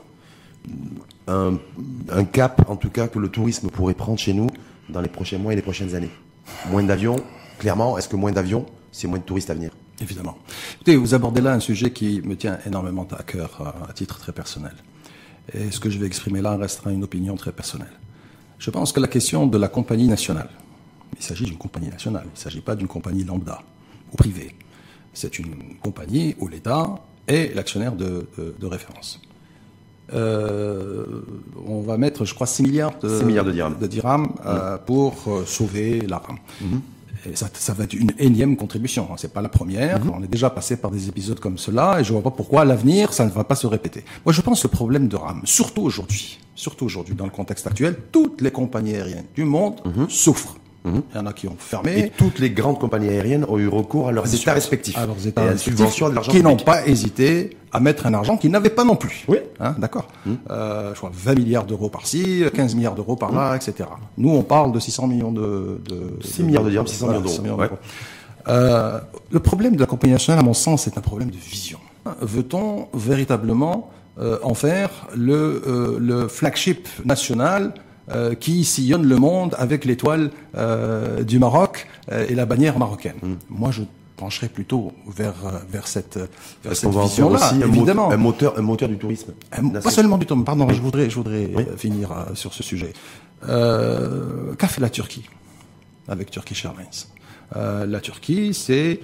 S2: un cap, en tout cas, que le tourisme pourrait prendre chez nous dans les prochains mois et les prochaines années? Moins d'avions, clairement. Est-ce que moins d'avions, c'est moins de touristes à venir?
S1: Évidemment. Écoutez, vous abordez là un sujet qui me tient énormément à cœur à titre très personnel. Et ce que je vais exprimer là restera une opinion très personnelle. Je pense que la question de la compagnie nationale, il s'agit d'une compagnie nationale, il ne s'agit pas d'une compagnie lambda ou privée. C'est une compagnie où l'État est l'actionnaire de référence. on va mettre, je crois, 6 milliards de dirhams pour sauver la RAM. Et ça va être une énième contribution. C'est pas la première. On est déjà passé par des épisodes comme cela, et je vois pas pourquoi à l'avenir ça ne va pas se répéter. Moi, je pense que le problème de RAM, surtout aujourd'hui, dans le contexte actuel, toutes les compagnies aériennes du monde souffrent. Il y en a qui ont fermé.
S2: Et toutes les grandes compagnies aériennes ont eu recours à leurs États respectifs.
S1: À leurs États respectifs, qui n'ont pas hésité à mettre un argent qu'ils n'avaient pas non plus.
S2: Oui.
S1: D'accord. Je crois 20 milliards d'euros par-ci, 15 milliards d'euros par-là, etc. Nous, on parle de 600 millions
S2: 6 milliards de dirhams, 600 millions d'euros.
S1: Ouais. Le problème de la compagnie nationale, à mon sens, c'est un problème de vision. Veut-on véritablement en faire le flagship national qui sillonne le monde avec l'étoile du Maroc et la bannière marocaine? Moi, je pencherais plutôt vers cette vision-là,
S2: aussi
S1: évidemment.
S2: Un moteur du tourisme.
S1: Pas seulement du tourisme. Pardon, je voudrais finir sur ce sujet. Qu'a fait la Turquie avec Turkish Airlines? La Turquie, c'est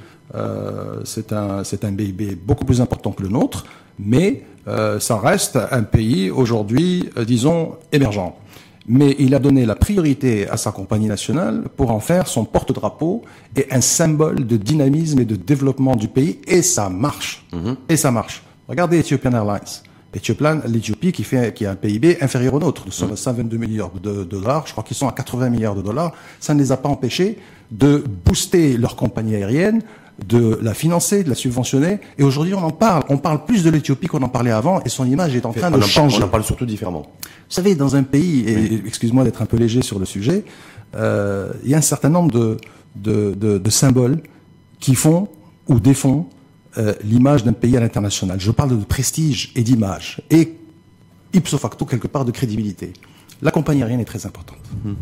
S1: un PIB beaucoup plus important que le nôtre, mais ça reste un pays aujourd'hui, disons, émergent. Mais il a donné la priorité à sa compagnie nationale pour en faire son porte-drapeau et un symbole de dynamisme et de développement du pays, et ça marche. Et ça marche. Regardez Ethiopian Airlines. L'Éthiopie qui a un PIB inférieur au nôtre. Nous sommes à 122 milliards de dollars. Je crois qu'ils sont à 80 milliards de dollars. Ça ne les a pas empêchés de booster leur compagnie aérienne, de la financer, de la subventionner. Et aujourd'hui, on en parle. On parle plus de l'Éthiopie qu'on en parlait avant, et son image est en train de changer.
S2: On en parle surtout différemment.
S1: Vous savez, dans un pays, et excuse-moi d'être un peu léger sur le sujet, il y a un certain nombre de symboles qui font ou défont l'image d'un pays à l'international. Je parle de prestige et d'image, et ipso facto, quelque part, de crédibilité. La compagnie aérienne est très importante.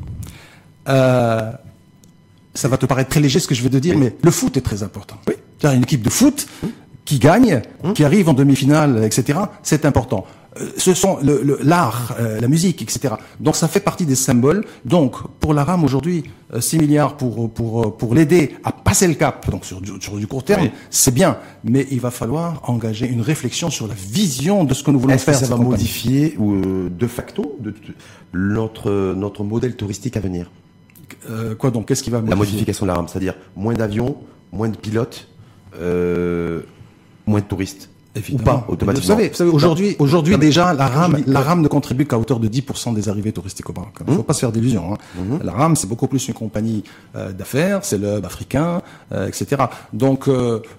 S1: Ça va te paraître très léger ce que je vais te dire, mais le foot est très important. Oui. Il y a une équipe de foot qui gagne, qui arrive en demi-finale, etc. C'est important. Ce sont l'art, la musique, etc. Donc ça fait partie des symboles. Donc pour la RAM aujourd'hui, 6 milliards pour l'aider à passer le cap, donc sur du court terme, c'est bien. Mais il va falloir engager une réflexion sur la vision de ce que nous voulons faire.
S2: Est-ce que ça va modifier de facto notre modèle touristique à venir?
S1: Quoi donc? Qu'est-ce qui va modifier?
S2: La modification de la RAM, c'est-à-dire moins d'avions, moins de pilotes, moins de touristes. Ou pas, automatiquement.
S1: Vous savez, aujourd'hui déjà, la RAM ne contribue qu'à hauteur de 10% des arrivées touristiques au Maroc. Il ne faut pas se faire d'illusions. La RAM, c'est beaucoup plus une compagnie d'affaires, c'est le hub africain, etc. Donc,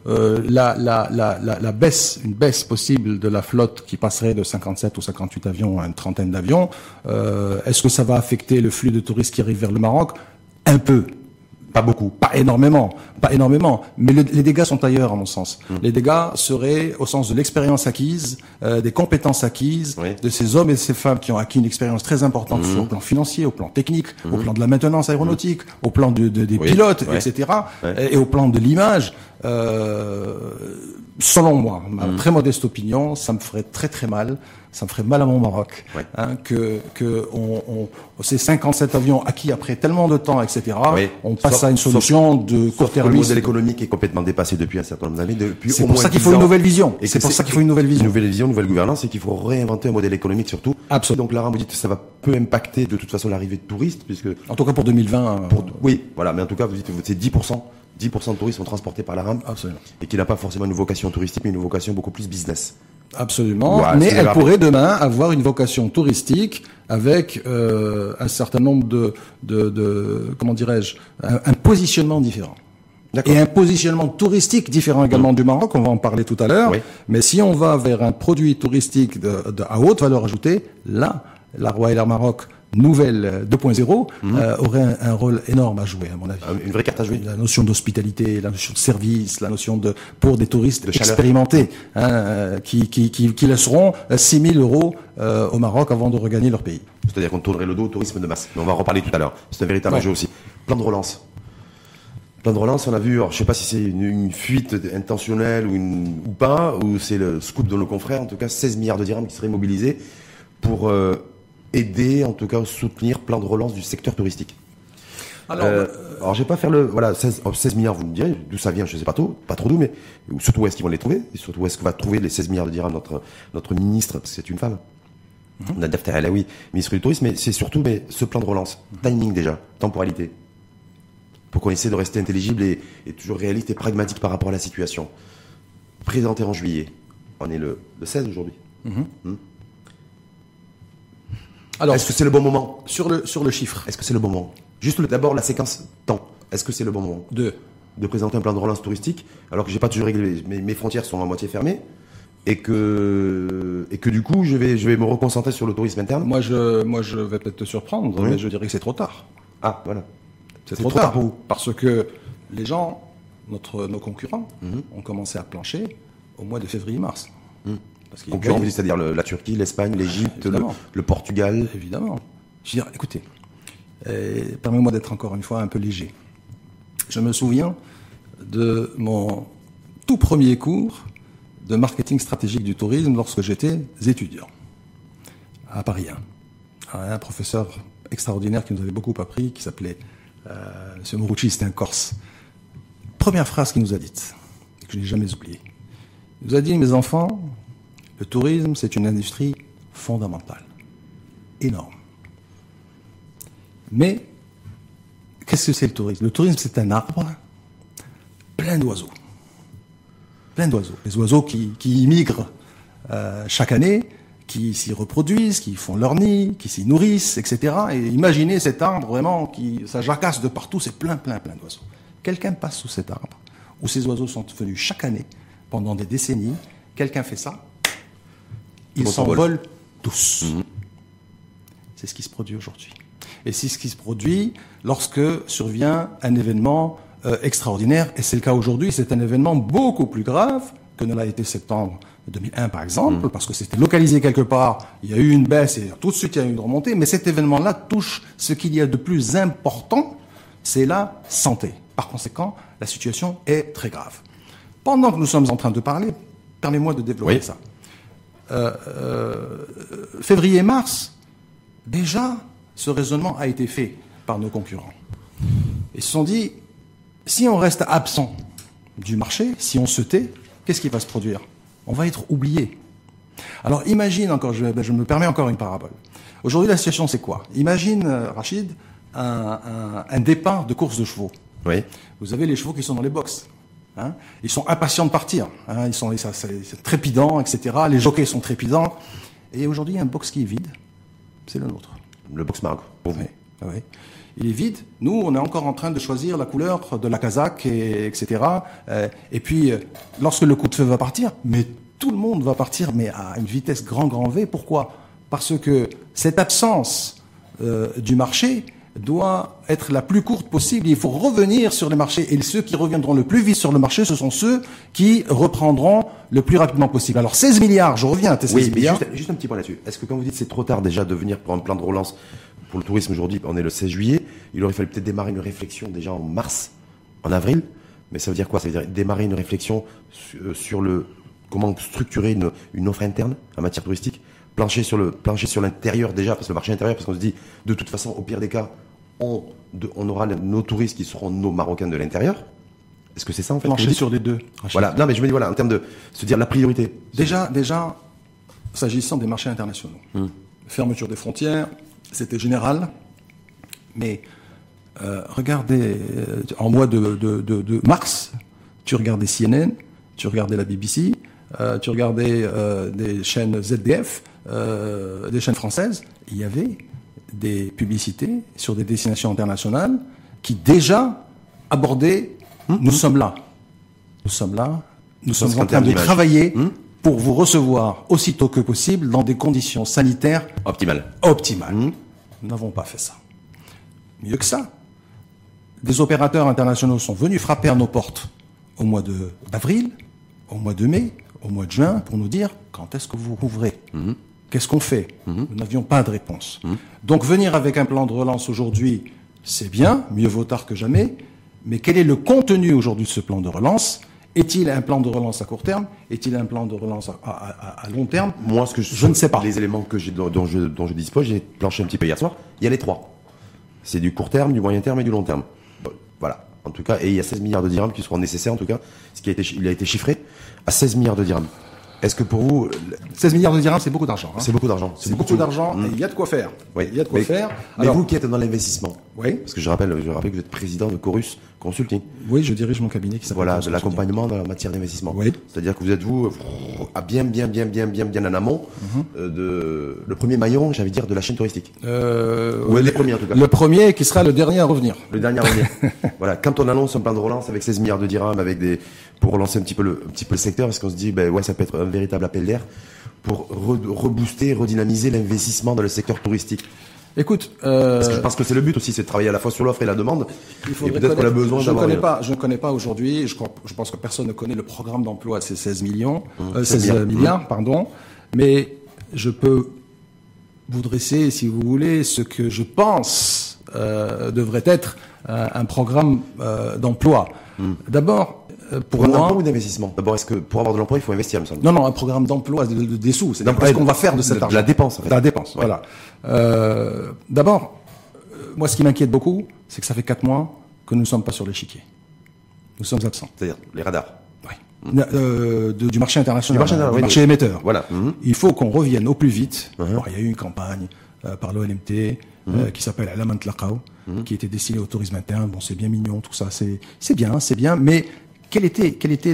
S1: une baisse possible de la flotte qui passerait de 57 ou 58 avions à une trentaine d'avions, est-ce que ça va affecter le flux de touristes qui arrivent vers le Maroc? Un peu. Pas beaucoup, pas énormément, mais les dégâts sont ailleurs, à mon sens. Les dégâts seraient au sens de l'expérience acquise, des compétences acquises, de ces hommes et ces femmes qui ont acquis une expérience très importante sur le plan financier, au plan technique, au plan de la maintenance aéronautique, au plan des pilotes, etc., et au plan de l'image. Selon moi, ma très modeste opinion, ça me ferait très très mal. Ça me ferait mal à mon Maroc, ces 57 avions acquis après tellement de temps, etc. On passe à une solution de court terme.
S2: Le modèle économique est complètement dépassé depuis un certain nombre d'années.
S1: C'est pour ça qu'il faut une nouvelle vision.
S2: C'est pour ça qu'il faut une nouvelle vision, nouvelle gouvernance, et qu'il faut réinventer un modèle économique surtout.
S1: Absolument.
S2: Donc la RAM, vous dites que ça va peu impacter de toute façon l'arrivée de touristes, puisque
S1: en tout cas pour 2020.
S2: Oui, voilà. Mais en tout cas, vous dites que c'est 10%. 10% de touristes sont transportés par la RAM.
S1: Absolument.
S2: Et qui n'a pas forcément une vocation touristique, mais une vocation beaucoup plus business.
S1: Absolument. Mais elle pourrait demain avoir une vocation touristique avec un certain nombre comment dirais-je, un positionnement différent. Et un positionnement touristique différent également du Maroc, on va en parler tout à l'heure. Mais si on va vers un produit touristique à haute valeur ajoutée, là, la Royal Air Maroc nouvelle 2.0 aurait un rôle énorme à jouer, à mon avis.
S2: Une vraie carte à jouer.
S1: La notion d'hospitalité, la notion de service, la notion pour des touristes expérimentés, qui laisseront 6 000 euros au Maroc avant de regagner leur pays.
S2: C'est-à-dire qu'on tournerait le dos au tourisme de masse. Mais on va en reparler tout à l'heure. C'est un véritable enjeu aussi. Plan de relance. Plan de relance, on a vu, alors, je sais pas si c'est une fuite intentionnelle ou pas, ou c'est le scoop de nos confrères, en tout cas 16 milliards de dirhams qui seraient mobilisés pour aider, en tout cas, soutenir plan de relance du secteur touristique. Alors je vais pas faire 16 milliards, vous me direz, d'où ça vient, je sais pas trop d'où, mais surtout où est-ce qu'ils vont les trouver, et surtout où est-ce qu'on va trouver les 16 milliards de dirhams notre ministre, parce que c'est une femme. Nadef Terrelaoui, ministre du Tourisme, mais c'est surtout ce plan de relance. Timing déjà, temporalité. Pour qu'on essaie de rester intelligible et toujours réaliste et pragmatique par rapport à la situation. Présenté en juillet. On est le 16 aujourd'hui. Alors, est-ce que c'est le bon moment
S1: sur le chiffre?
S2: Est-ce que c'est le bon moment? Juste d'abord la séquence temps. Est-ce que c'est le bon moment de présenter un plan de relance touristique alors que j'ai pas toujours réglé, mes frontières sont à moitié fermées et que du coup je vais me reconcentrer sur le tourisme interne?
S1: Moi je vais peut-être te surprendre, mais je dirais que c'est trop tard.
S2: Ah voilà.
S1: C'est trop tard pour vous. Parce que les gens, nos concurrents, ont commencé à plancher au mois de février-mars.
S2: Concurrents, c'est-à-dire la Turquie, l'Espagne, l'Égypte, le Portugal.
S1: Évidemment. Je veux dire, écoutez, permets-moi d'être encore une fois un peu léger. Je me souviens de mon tout premier cours de marketing stratégique du tourisme lorsque j'étais étudiant à Paris 1. Un professeur extraordinaire qui nous avait beaucoup appris, qui s'appelait M. Morucci, c'était un Corse. Première phrase qu'il nous a dite, et que je n'ai jamais oubliée. Il nous a dit, mes enfants, le tourisme, c'est une industrie fondamentale, énorme. Mais, qu'est-ce que c'est le tourisme? Le tourisme, c'est un arbre plein d'oiseaux. Plein d'oiseaux. Les oiseaux qui immigrent chaque année, qui s'y reproduisent, qui font leur nid, qui s'y nourrissent, etc. Et imaginez cet arbre vraiment ça jacasse de partout, c'est plein d'oiseaux. Quelqu'un passe sous cet arbre, où ces oiseaux sont venus chaque année, pendant des décennies, quelqu'un fait ça, ils s'envolent tous. C'est ce qui se produit aujourd'hui. Et c'est ce qui se produit lorsque survient un événement extraordinaire, et c'est le cas aujourd'hui, c'est un événement beaucoup plus grave que ne l'a été septembre 2001 par exemple, parce que c'était localisé quelque part, il y a eu une baisse et tout de suite il y a eu une remontée, mais cet événement-là touche ce qu'il y a de plus important, c'est la santé. Par conséquent, la situation est très grave. Pendant que nous sommes en train de parler, permets-moi de développer ça. Février-mars, déjà, ce raisonnement a été fait par nos concurrents. Ils se sont dit, si on reste absent du marché, si on se tait, qu'est-ce qui va se produire? On va être oublié. Alors imagine encore, je me permets encore une parabole. Aujourd'hui, la situation, c'est quoi? Imagine, Rachid, un départ de course de chevaux.
S2: Oui.
S1: Vous avez les chevaux qui sont dans les boxes. Hein, ils sont impatients de partir. Hein, c'est trépidant, etc. Les jockeys sont trépidants. Et aujourd'hui, il y a un box qui est vide. C'est le nôtre.
S2: Le box Margot, pour vous.
S1: Oui. Il est vide. Nous, on est encore en train de choisir la couleur de la casaque, etc. Et puis, lorsque le coup de feu va partir, mais tout le monde va partir, mais à une vitesse grand V. Pourquoi? Parce que cette absence du marché doit être la plus courte possible. Il faut revenir sur les marchés. Et ceux qui reviendront le plus vite sur le marché, ce sont ceux qui reprendront le plus rapidement possible. Alors 16 milliards, je reviens à tes 16 milliards.
S2: Juste un petit point là-dessus. Est-ce que quand vous dites c'est trop tard déjà de venir pour un plan de relance pour le tourisme aujourd'hui, on est le 16 juillet, il aurait fallu peut-être démarrer une réflexion déjà en mars, en avril, mais ça veut dire quoi? Ça veut dire démarrer une réflexion sur comment structurer une offre interne en matière touristique, plancher sur l'intérieur déjà, parce que le marché intérieur, parce qu'on se dit, de toute façon, au pire des cas, on aura nos touristes qui seront nos Marocains de l'intérieur. Est-ce que c'est ça en fait?
S1: Plancher sur les deux.
S2: Voilà. Non, mais je me dis voilà, en termes de se dire la priorité.
S1: Déjà, s'agissant des marchés internationaux, fermeture des frontières, c'était général, mais regardez, en mois de mars, tu regardais CNN, tu regardais la BBC, tu regardais des chaînes ZDF, des chaînes françaises, il y avait des publicités sur des destinations internationales qui déjà abordaient nous sommes là, nous sommes en train de travailler pour vous recevoir aussitôt que possible dans des conditions sanitaires
S2: optimales.
S1: Nous n'avons pas fait ça. Mieux que ça, des opérateurs internationaux sont venus frapper à nos portes au mois d'avril, au mois de mai, au mois de juin pour nous dire quand est-ce que vous rouvrez. Qu'est-ce qu'on fait? Nous n'avions pas de réponse. Donc venir avec un plan de relance aujourd'hui, c'est bien, mieux vaut tard que jamais, mais quel est le contenu aujourd'hui de ce plan de relance? Est-il un plan de relance à court terme? Est-il un plan de relance à long terme?
S2: Moi,
S1: je ne sais pas.
S2: Les éléments dont je dispose, j'ai planché un petit peu hier soir, il y a les trois. C'est du court terme, du moyen terme et du long terme. Bon, voilà. En tout cas, et il y a 16 milliards de dirhams qui seront nécessaires, en tout cas, il a été chiffré à 16 milliards de dirhams. Est-ce que pour vous,
S1: 16 milliards de dirhams, c'est beaucoup d'argent.
S2: c'est beaucoup d'argent.
S1: C'est beaucoup d'argent et il y a de quoi faire.
S2: Oui.
S1: Il y a de quoi faire.
S2: Mais
S1: Alors,
S2: vous qui êtes dans l'investissement,
S1: oui,
S2: parce que je rappelle que vous êtes président de Chorus Consulting.
S1: oui, je dirige mon cabinet qui s'appelle.
S2: Voilà,
S1: Chorus
S2: de
S1: Consulting.
S2: l'accompagnement dans la matière d'investissement.
S1: Oui.
S2: C'est-à-dire que vous êtes à bien en amont de le premier maillon, j'allais dire, de la chaîne touristique. Ou les premiers en tout cas.
S1: Le premier qui sera le dernier à revenir.
S2: Le dernier à revenir. Voilà, quand on annonce un plan de relance avec 16 milliards de dirhams, pour relancer un petit peu le secteur, parce qu'on se dit, ouais, ça peut être un véritable appel d'air pour rebooster, redynamiser l'investissement dans le secteur touristique.
S1: Écoute,
S2: Parce que je pense que c'est le but aussi, c'est de travailler à la fois sur l'offre et la demande. Et peut-être qu'on a besoin d'avoir.
S1: Je ne connais pas aujourd'hui. Je pense que personne ne connaît le programme d'emploi de ces 16 millions,
S2: 16
S1: 16 milliards, pardon. Mais je peux vous dresser, si vous voulez, ce que je pense devrait être un programme d'emploi. D'abord, pour moi,
S2: emploi ou d'investissement. D'abord, est-ce que pour avoir de l'emploi, il faut investir, me semble.
S1: non, un programme d'emploi, des sous. C'est qu'est-ce qu'on va faire de cet argent.
S2: De la dépense, en fait.
S1: De la dépense,
S2: Ouais.
S1: voilà. D'abord, moi, ce qui m'inquiète beaucoup, c'est que ça fait 4 mois que nous ne sommes pas sur l'échiquier. Nous sommes absents.
S2: C'est-à-dire les radars.
S1: Oui. Du marché international,
S2: oui,
S1: marché émetteur.
S2: Voilà.
S1: Il faut qu'on revienne au plus vite.
S2: Uh-huh.
S1: Bon, il y a eu une campagne par l'ONMT qui s'appelle Alaman Tlaqaw, qui était destinée au tourisme interne. Bon, c'est bien mignon, tout ça, c'est bien, mais quel était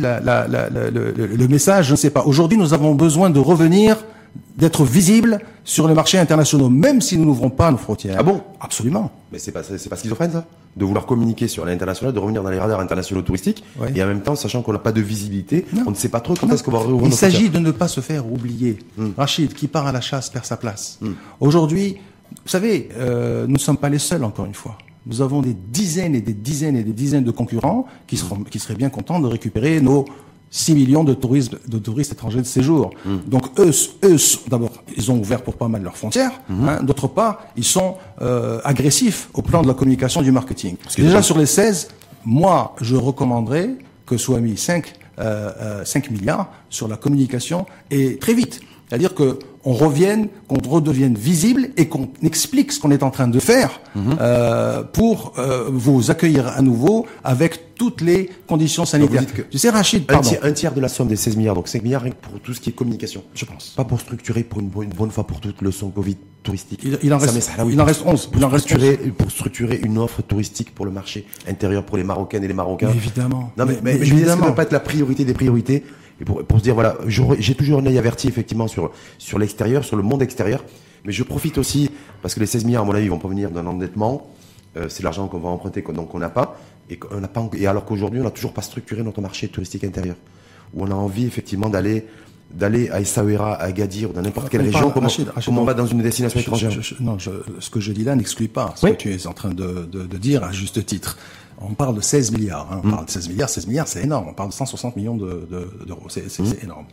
S1: le message? Je ne sais pas. Aujourd'hui, nous avons besoin de revenir, d'être visibles sur les marchés internationaux, même si nous n'ouvrons pas nos frontières.
S2: Ah bon?
S1: Absolument.
S2: Mais c'est pas schizophrène, ça? De vouloir communiquer sur l'international, de revenir dans les radars internationaux touristiques,
S1: Ouais.
S2: et en même temps, sachant qu'on n'a pas de visibilité,
S1: Non.
S2: on ne sait pas trop quand
S1: Non.
S2: est-ce qu'on va rouvrir
S1: Il
S2: nos
S1: s'agit
S2: frontières.
S1: de ne pas se faire oublier. Rachid, qui part à la chasse, perd sa place. Aujourd'hui, vous savez, nous ne sommes pas les seuls, encore une fois. Nous avons des dizaines et des dizaines et des dizaines de concurrents qui seraient bien contents de récupérer nos 6 millions de touristes étrangers de séjour. Donc eux, d'abord, ils ont ouvert pour pas mal leurs frontières. D'autre part, ils sont agressifs au plan de la communication et du marketing. Déjà sur les 16, moi, je recommanderais que soit mis 5 milliards sur la communication et très vite. C'est-à-dire qu'on redevienne visible et qu'on explique ce qu'on est en train de faire pour vous accueillir à nouveau avec toutes les conditions sanitaires.
S2: vous dites que
S1: Tu sais, Rachid, pardon.
S2: Un tiers de la somme des 16 milliards, donc 5 milliards rien que pour tout ce qui est communication.
S1: Je pense.
S2: Pas pour structurer pour une bonne fois pour toutes le son Covid touristique.
S1: Il en reste 11. Il en reste 11.
S2: Pour structurer une offre touristique pour le marché intérieur, pour les Marocaines et les Marocains.
S1: Mais évidemment.
S2: Non, mais
S1: Mais
S2: je veux dire, ça ne
S1: évidemment.
S2: doit pas être la priorité des priorités. Et pour se dire, voilà, j'ai toujours un œil averti, effectivement, sur l'extérieur, sur le monde extérieur. Mais je profite aussi, parce que les 16 milliards, à mon avis, ils vont pas venir d'un endettement. C'est l'argent qu'on va emprunter, donc qu'on n'a pas. Et alors qu'aujourd'hui, on n'a toujours pas structuré notre marché touristique intérieur. Où on a envie, effectivement, d'aller à Essaouira, à Agadir, ou dans n'importe quelle région, comment on va dans une destination étrangère.
S1: Ce que je dis là n'exclut pas ce que tu es en train de dire à juste titre. On parle de 16 milliards. On parle de 16 milliards, c'est énorme. On parle de 160 millions d'euros. C'est énorme.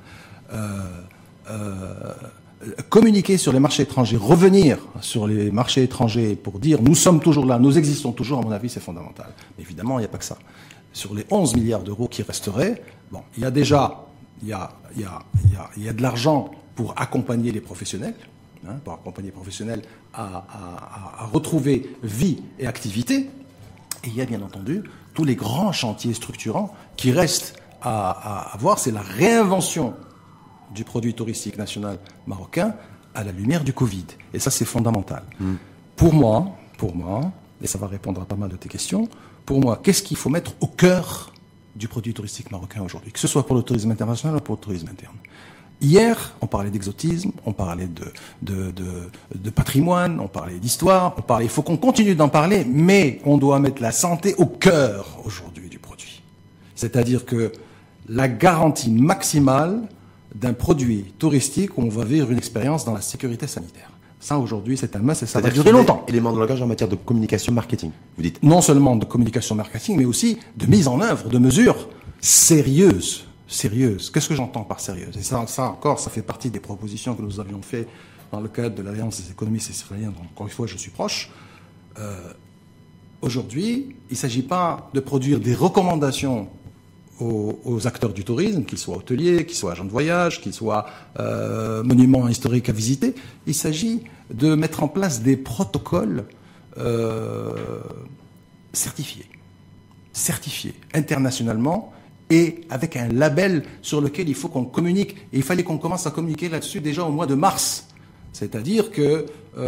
S1: Communiquer sur les marchés étrangers, revenir sur les marchés étrangers pour dire nous sommes toujours là, nous existons toujours, à mon avis, c'est fondamental. Mais évidemment, il n'y a pas que ça. Sur les 11 milliards d'euros qui resteraient, bon, il y a déjà, il y a de l'argent pour accompagner les professionnels, pour accompagner les professionnels à retrouver vie et activité. Et il y a bien entendu tous les grands chantiers structurants qui restent à voir, c'est la réinvention du produit touristique national marocain à la lumière du Covid. Et ça, c'est fondamental. Pour moi, et ça va répondre à pas mal de tes questions, pour moi, qu'est-ce qu'il faut mettre au cœur du produit touristique marocain aujourd'hui, que ce soit pour le tourisme international ou pour le tourisme interne? Hier, on parlait d'exotisme, on parlait de patrimoine, on parlait d'histoire, il faut qu'on continue d'en parler, mais on doit mettre la santé au cœur aujourd'hui du produit. C'est-à-dire que la garantie maximale d'un produit touristique où on va vivre une expérience dans la sécurité sanitaire. Ça, aujourd'hui, c'est un must et ça va durer longtemps.
S2: Élément de langage en matière de communication marketing, vous dites.
S1: Non seulement de communication marketing, mais aussi de mise en œuvre de mesures sérieuses. Qu'est-ce que j'entends par sérieuse? Et ça encore, ça fait partie des propositions que nous avions fait dans le cadre de l'Alliance des économistes et citoyens, dont encore une fois je suis proche. Aujourd'hui, il ne s'agit pas de produire des recommandations aux acteurs du tourisme, qu'ils soient hôteliers, qu'ils soient agents de voyage, qu'ils soient monuments historiques à visiter. Il s'agit de mettre en place des protocoles certifiés internationalement et avec un label sur lequel il faut qu'on communique. Et il fallait qu'on commence à communiquer là-dessus déjà au mois de mars. C'est-à-dire que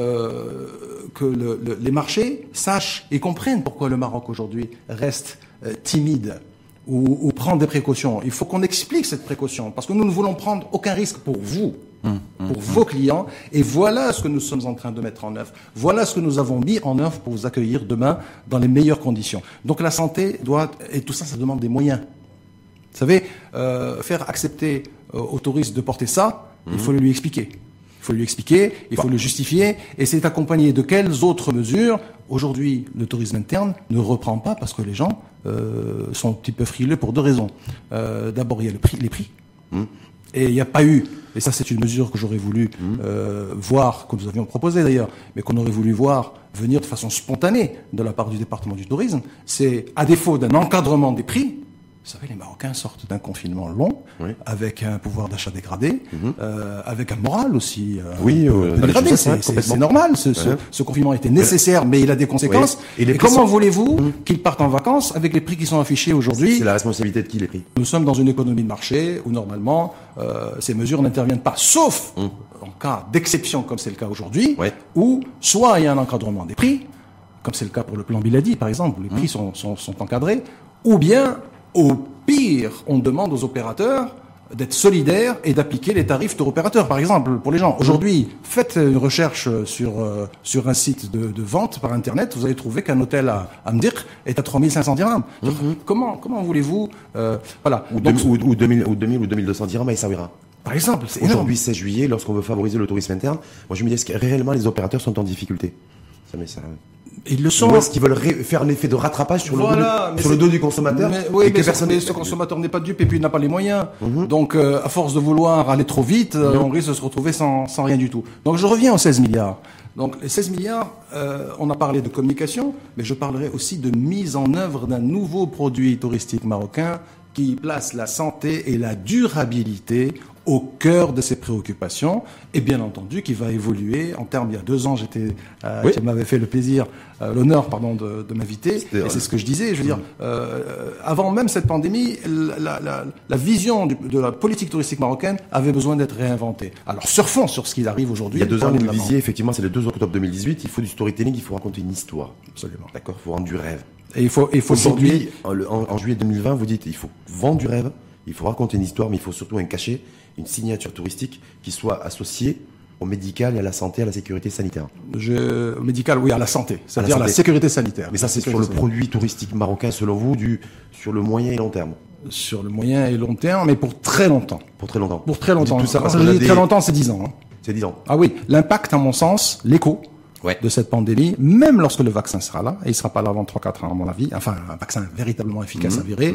S1: les marchés sachent et comprennent pourquoi le Maroc aujourd'hui reste timide ou prend des précautions. Il faut qu'on explique cette précaution parce que nous ne voulons prendre aucun risque pour vous, pour vos clients. Et voilà ce que nous sommes en train de mettre en œuvre. Voilà ce que nous avons mis en œuvre pour vous accueillir demain dans les meilleures conditions. Donc la santé et tout ça, ça demande des moyens. Vous savez, faire accepter aux touristes de porter ça, il faut lui expliquer. Il faut lui expliquer, il faut le justifier, et c'est accompagné de quelles autres mesures. Aujourd'hui, le tourisme interne ne reprend pas parce que les gens sont un petit peu frileux pour deux raisons. D'abord, il y a les prix. Et il n'y a pas eu, et ça c'est une mesure que j'aurais voulu voir, que nous avions proposé d'ailleurs, mais qu'on aurait voulu voir venir de façon spontanée de la part du département du tourisme, c'est à défaut d'un encadrement des prix. Vous savez, les Marocains sortent d'un confinement long, avec un pouvoir d'achat dégradé, avec un moral aussi dégradé. C'est normal. Ce confinement était nécessaire, mais il a des conséquences.
S2: Oui.
S1: Et comment voulez-vous qu'ils partent en vacances avec les prix qui sont affichés aujourd'hui?
S2: C'est la responsabilité de qui, les prix?
S1: Nous sommes dans une économie de marché où normalement ces mesures n'interviennent pas, sauf en cas d'exception, comme c'est le cas aujourd'hui, où soit il y a un encadrement des prix, comme c'est le cas pour le plan Biladi par exemple, où les prix sont encadrés, ou bien au pire, on demande aux opérateurs d'être solidaires et d'appliquer les tarifs tour opérateurs, par exemple, pour les gens. Aujourd'hui, faites une recherche sur un site de vente par Internet, vous allez trouver qu'un hôtel à Mdir est à 3500 dirhams. Comment voulez-vous... voilà.
S2: Ou 2000 ou 2200 dirhams à Essaouira.
S1: Par exemple, c'est énorme.
S2: Aujourd'hui, 16 juillet, lorsqu'on veut favoriser le tourisme interne, moi je me dis, est-ce que réellement les opérateurs sont en difficulté?
S1: Ils le sont.
S2: Ou est-ce qu'ils veulent faire un effet de rattrapage sur le dos du consommateur?
S1: Mais ce consommateur n'est pas dupe et puis il n'a pas les moyens. Donc, à force de vouloir aller trop vite, on risque de se retrouver sans rien du tout. Donc, je reviens aux 16 milliards. Donc, les 16 milliards, on a parlé de communication, mais je parlerai aussi de mise en œuvre d'un nouveau produit touristique marocain qui place la santé et la durabilité au cœur de ses préoccupations, et bien entendu qui va évoluer en termes. Il y a 2 ans, tu m'avais fait le plaisir, l'honneur, de m'inviter, et c'est ce que je disais. Je veux dire, avant même cette pandémie, la vision de la politique touristique marocaine avait besoin d'être réinventée. Alors surfons sur ce qui arrive aujourd'hui.
S2: Il y a 2 ans, vous me disiez, effectivement, c'est le 2 octobre 2018. Il faut du storytelling, il faut raconter une histoire.
S1: Absolument.
S2: D'accord, il faut rendre du rêve.
S1: Et il faut
S2: aujourd'hui, en juillet 2020, vous dites, il faut vendre du rêve, il faut raconter une histoire, mais il faut surtout un cachet, une signature touristique qui soit associée au médical et à la santé, à la sécurité sanitaire.
S1: Au médical, oui, à la santé, c'est-à-dire à la sécurité sanitaire.
S2: Mais ça, c'est sur le produit touristique marocain, selon vous, sur le moyen et long terme.
S1: Sur le moyen et long terme, mais pour très longtemps.
S2: Pour très longtemps.
S1: Pour très longtemps.
S2: Tout ça,
S1: quand je dis très longtemps, c'est 10 ans.
S2: C'est 10 ans.
S1: Ah oui, l'impact, à mon sens, l'écho de cette pandémie, même lorsque le vaccin sera là, et il sera pas là avant 3-4 ans, à mon avis, enfin, un vaccin véritablement efficace avéré,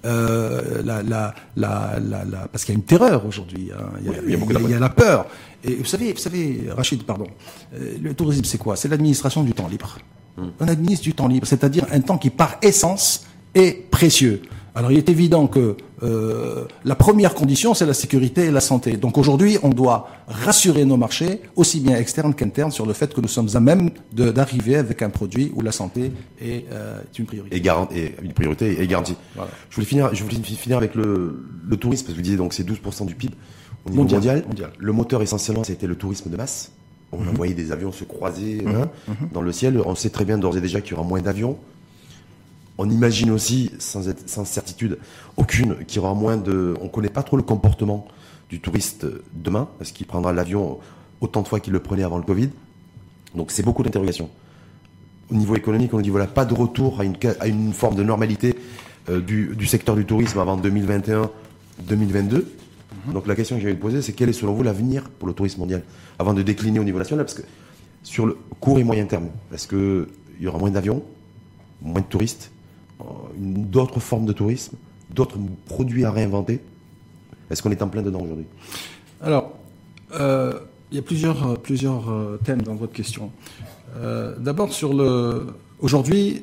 S1: parce qu'il y a une terreur aujourd'hui, il y a la peur. Et vous savez, Rachid, le tourisme, c'est quoi? C'est l'administration du temps libre. On administre du temps libre, c'est-à-dire un temps qui, par essence, est précieux. Alors, il est évident que la première condition, c'est la sécurité et la santé. Donc, aujourd'hui, on doit rassurer nos marchés, aussi bien externes qu'internes, sur le fait que nous sommes à même d'arriver avec un produit où la santé est une priorité.
S2: Et une priorité est garantie. Voilà. Je voulais finir avec le tourisme, parce que vous disiez donc c'est 12% du PIB au niveau mondial. Le moteur, essentiellement, c'était le tourisme de masse. On voyait des avions se croiser dans le ciel. On sait très bien d'ores et déjà qu'il y aura moins d'avions. On imagine aussi, sans certitude aucune, qu'il y aura moins de... On ne connaît pas trop le comportement du touriste demain, parce qu'il prendra l'avion autant de fois qu'il le prenait avant le Covid. Donc c'est beaucoup d'interrogations. Au niveau économique, on dit voilà, pas de retour à une forme de normalité du secteur du tourisme avant 2021-2022. Donc la question que j'avais posée, c'est quel est selon vous l'avenir pour le tourisme mondial, avant de décliner au niveau national, parce que sur le court et moyen terme, est-ce qu'il y aura moins d'avions, moins de touristes, d'autres formes de tourisme, d'autres produits à réinventer? Est-ce qu'on est en plein dedans aujourd'hui?
S1: Alors, il y a plusieurs thèmes dans votre question. D'abord, aujourd'hui,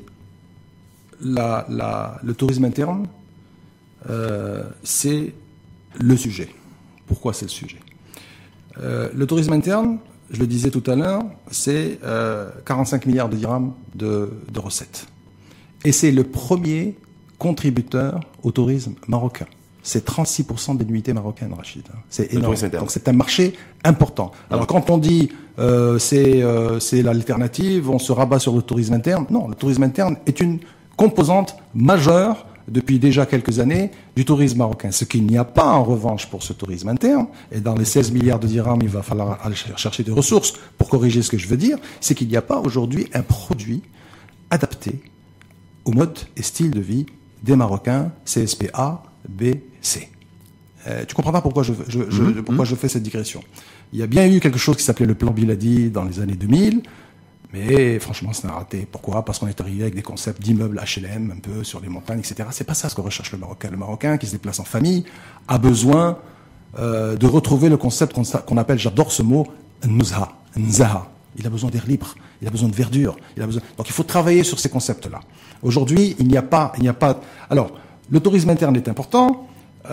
S1: le tourisme interne, c'est le sujet. Pourquoi c'est le sujet? Le tourisme interne, je le disais tout à l'heure, c'est 45 milliards de dirhams de recettes. Et c'est le premier contributeur au tourisme marocain. C'est 36% des nuitées marocaines, Rachid. C'est énorme. Donc c'est un marché important. Alors quand on dit c'est l'alternative, on se rabat sur le tourisme interne. Non, le tourisme interne est une composante majeure depuis déjà quelques années du tourisme marocain. Ce qu'il n'y a pas en revanche pour ce tourisme interne, et dans les 16 milliards de dirhams, il va falloir aller chercher des ressources pour corriger ce que je veux dire, c'est qu'il n'y a pas aujourd'hui un produit adapté au mode et style de vie des Marocains, CSP A, B, C. Tu comprendras pourquoi pourquoi je fais cette digression. Il y a bien eu quelque chose qui s'appelait le plan Biladi dans les années 2000, mais franchement, c'est un raté. Pourquoi ? Parce qu'on est arrivé avec des concepts d'immeubles HLM, un peu sur les montagnes, etc. C'est pas ça ce que recherche le Marocain. Le Marocain qui se déplace en famille a besoin de retrouver le concept qu'on appelle, j'adore ce mot, nzaha. Il a besoin d'air libre, il a besoin de verdure, donc il faut travailler sur ces concepts-là. Aujourd'hui, il n'y a pas. Alors, le tourisme interne est important.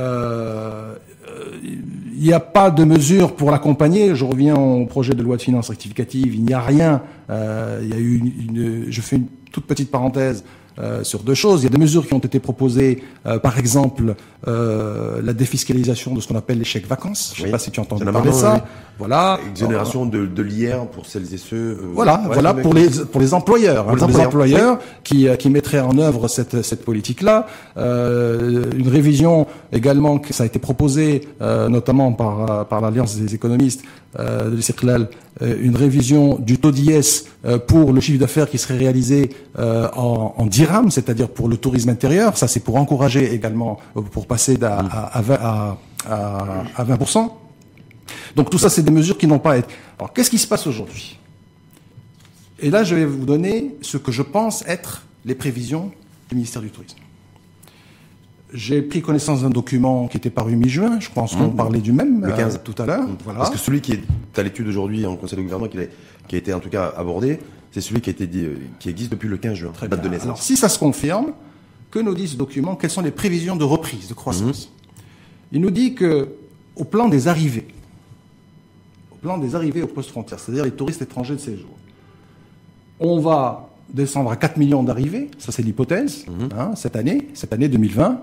S1: Il n'y a pas de mesures pour l'accompagner. Je reviens au projet de loi de finances rectificative. Il n'y a rien. Il y a eu je fais une toute petite parenthèse sur deux choses. Il y a des mesures qui ont été proposées, par exemple la défiscalisation de ce qu'on appelle les chèques vacances. Je ne sais pas si tu entends parler de ça.
S2: Oui.
S1: Voilà.
S2: Exonération de l'IR pour celles et ceux.
S1: Voilà pour les employeurs. Les employeurs qui mettraient en œuvre cette politique-là. Une révision également, ça a été proposé notamment par l'Alliance des économistes de l'Istiqlal, une révision du taux d'IS pour le chiffre d'affaires qui serait réalisé en dirhams, c'est-à-dire pour le tourisme intérieur. Ça, c'est pour encourager également, pour passer à 20%. Donc tout ça, c'est des mesures qui n'ont pas été. Alors, qu'est-ce qui se passe aujourd'hui ? Et là, je vais vous donner ce que je pense être les prévisions du ministère du Tourisme. J'ai pris connaissance d'un document qui était paru mi-juin. Je pense qu'on parlait du même
S2: le 15
S1: tout à l'heure. Voilà.
S2: Parce que celui qui est à l'étude aujourd'hui en Conseil de gouvernement, qui a été en tout cas abordé, c'est celui qui existe depuis le 15 juin, date de naissance.
S1: Alors, si ça se confirme, que nous dit ce document ? Quelles sont les prévisions de reprise, de croissance ? Il nous dit que au plan des arrivées aux postes frontières, c'est-à-dire les touristes étrangers de séjour, on va descendre à 4 millions d'arrivées, ça c'est l'hypothèse, cette année 2020,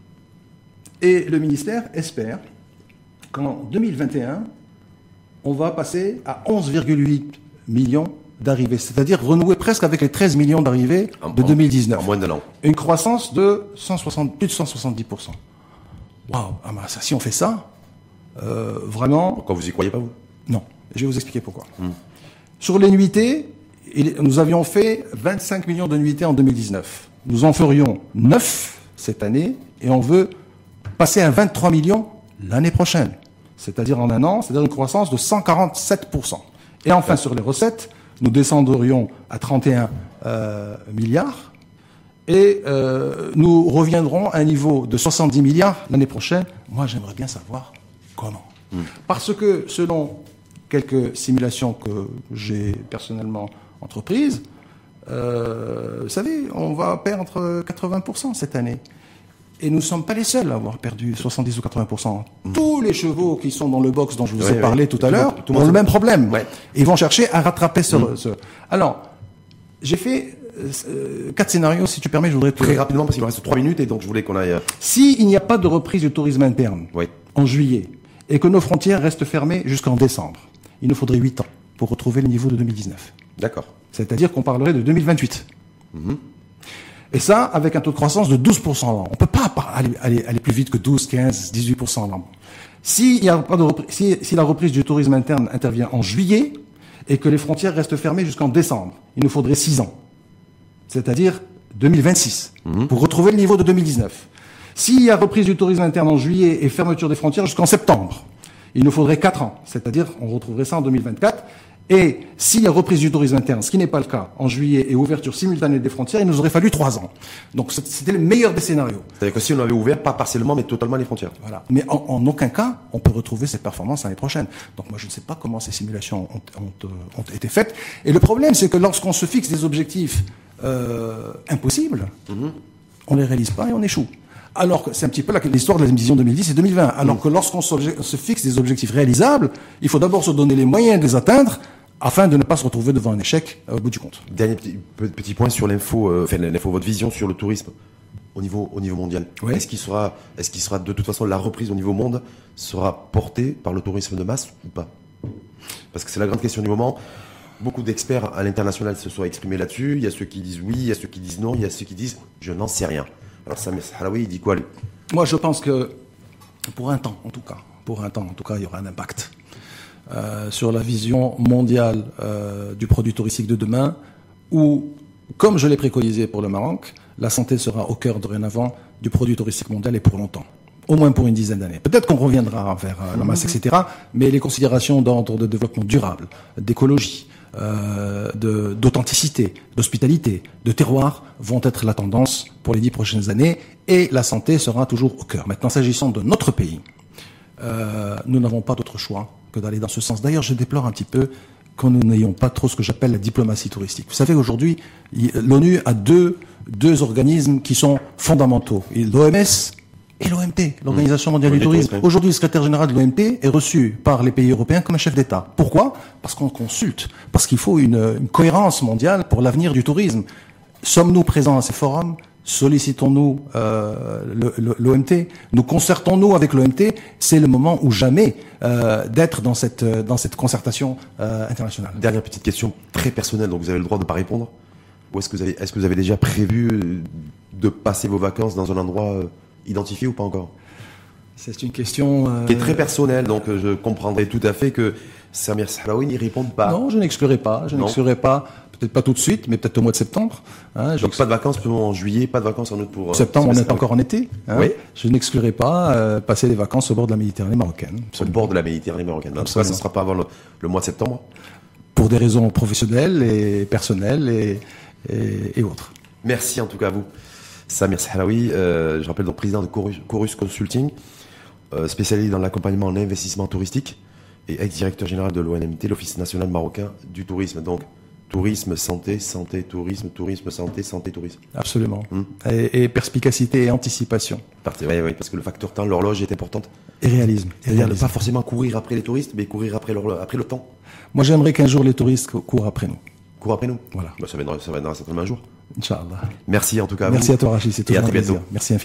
S1: et le ministère espère qu'en 2021, on va passer à 11,8 millions d'arrivées, c'est-à-dire renouer presque avec les 13 millions d'arrivées de 2019.
S2: En moins d'un an.
S1: Une croissance de plus de 170%. Waouh, si on fait ça, vraiment...
S2: Pourquoi vous y croyez pas, vous ?
S1: Non, je vais vous expliquer pourquoi. Sur les nuitées, nous avions fait 25 millions de nuitées en 2019. Nous en ferions 9 cette année et on veut passer à 23 millions l'année prochaine. C'est-à-dire en un an, c'est-à-dire une croissance de 147%. Et enfin, sur les recettes, nous descendrions à 31 milliards et nous reviendrons à un niveau de 70 milliards l'année prochaine. Moi, j'aimerais bien savoir comment. Parce que selon quelques simulations que j'ai personnellement entreprises, vous savez, on va perdre 80% cette année. Et nous ne sommes pas les seuls à avoir perdu 70 ou 80%. Tous les chevaux qui sont dans le box dont je vous ai parlé tout à l'heure ont le même problème. Ouais. Ils vont chercher à rattraper ce... Alors, j'ai fait 4 scénarios, si tu permets, je voudrais...
S2: Très rapidement, parce qu'il nous reste 3 minutes, et donc je voulais qu'on aille...
S1: S'il n'y a pas de reprise du tourisme interne en juillet, et que nos frontières restent fermées jusqu'en décembre, il nous faudrait 8 ans pour retrouver le niveau de 2019.
S2: D'accord.
S1: C'est-à-dire qu'on parlerait de 2028. Et ça, avec un taux de croissance de 12% l'an. On ne peut pas aller plus vite que 12, 15, 18% l'an. Si la reprise du tourisme interne intervient en juillet et que les frontières restent fermées jusqu'en décembre, il nous faudrait 6 ans. C'est-à-dire 2026 pour retrouver le niveau de 2019. S'il y a reprise du tourisme interne en juillet et fermeture des frontières jusqu'en septembre, il nous faudrait 4 ans. C'est-à-dire on retrouverait ça en 2024. Et s'il y a reprise du tourisme interne, ce qui n'est pas le cas, en juillet et ouverture simultanée des frontières, il nous aurait fallu 3 ans. Donc c'était le meilleur des scénarios.
S2: C'est-à-dire que si on avait ouvert, pas partiellement, mais totalement les frontières.
S1: Voilà. Mais en aucun cas, on peut retrouver cette performance l'année prochaine. Donc moi, je ne sais pas comment ces simulations ont été faites. Et le problème, c'est que lorsqu'on se fixe des objectifs impossibles, on les réalise pas et on échoue. Alors que c'est un petit peu l'histoire de la vision 2010 et 2020. Alors que lorsqu'on se fixe des objectifs réalisables, il faut d'abord se donner les moyens de les atteindre afin de ne pas se retrouver devant un échec au bout du compte.
S2: Dernier petit point sur l'info, votre vision sur le tourisme. au niveau mondial.
S1: Oui.
S2: Est-ce qu'il sera de toute façon la reprise au niveau monde sera portée par le tourisme de masse ou pas? Parce que c'est la grande question du moment. Beaucoup d'experts à l'international se sont exprimés là-dessus. Il y a ceux qui disent oui, il y a ceux qui disent non, il y a ceux qui disent je n'en sais rien. Alors Samir Sahraoui, il dit quoi lui?
S1: Moi, je pense que pour un temps, en tout cas, il y aura un impact sur la vision mondiale du produit touristique de demain, où, comme je l'ai préconisé pour le Maroc, la santé sera au cœur dorénavant du produit touristique mondial et pour longtemps. Au moins pour une dizaine d'années. Peut-être qu'on reviendra vers la masse, etc. Mais les considérations d'ordre de développement durable, d'écologie, d'authenticité, d'hospitalité, de terroir vont être la tendance pour les 10 prochaines années et la santé sera toujours au cœur. Maintenant, s'agissant de notre pays, nous n'avons pas d'autre choix que d'aller dans ce sens. D'ailleurs, je déplore un petit peu que nous n'ayons pas trop ce que j'appelle la diplomatie touristique. Vous savez, aujourd'hui, l'ONU a deux organismes qui sont fondamentaux. L'OMS et l'OMT, l'Organisation mondiale du tourisme. Aujourd'hui, le secrétaire général de l'OMT est reçu par les pays européens comme un chef d'État. Pourquoi? Parce qu'on consulte. Parce qu'il faut une cohérence mondiale pour l'avenir du tourisme. Sommes-nous présents à ces forums? Sollicitons-nous l'OMT? Nous concertons-nous avec l'OMT? C'est le moment ou jamais d'être dans cette concertation internationale.
S2: Dernière petite question très personnelle, donc vous avez le droit de ne pas répondre. Est-ce que vous avez déjà prévu de passer vos vacances dans un endroit identifié ou pas encore?
S1: C'est une question
S2: qui est très personnelle, donc je comprendrai tout à fait que Samir Sahraoui n'y réponde pas.
S1: Non, je n'exclurai pas. Peut-être pas tout de suite, mais peut-être au mois de septembre.
S2: Donc pas de vacances en juillet, pas de vacances en août pour...
S1: Septembre, on est encore en été.
S2: Oui.
S1: Je n'exclurai pas passer des vacances au bord de la Méditerranée marocaine.
S2: Au bord de la Méditerranée marocaine. En tout cas, ça ne sera pas avant le mois de septembre.
S1: Pour des raisons professionnelles et personnelles et autres.
S2: Merci en tout cas à vous. Samir Sahraoui, je rappelle donc président de Chorus Consulting, spécialisé dans l'accompagnement en investissement touristique et ex-directeur général de l'ONMT, l'Office national marocain du tourisme. Donc, tourisme, santé, santé, tourisme, tourisme, santé, santé, tourisme.
S1: Absolument. Et perspicacité et anticipation.
S2: Oui, parce que le facteur temps, l'horloge est importante.
S1: Et réalisme.
S2: C'est-à-dire ne pas forcément courir après les touristes, mais courir après le temps.
S1: Moi, j'aimerais qu'un jour les touristes courent après nous.
S2: Courent après nous.
S1: Voilà.
S2: Ça viendra certainement un jour.
S1: Inch'Allah.
S2: Merci en tout cas à vous.
S1: Merci à toi, Rachid. C'est toujours un plaisir.
S2: Bientôt.
S1: Merci infiniment.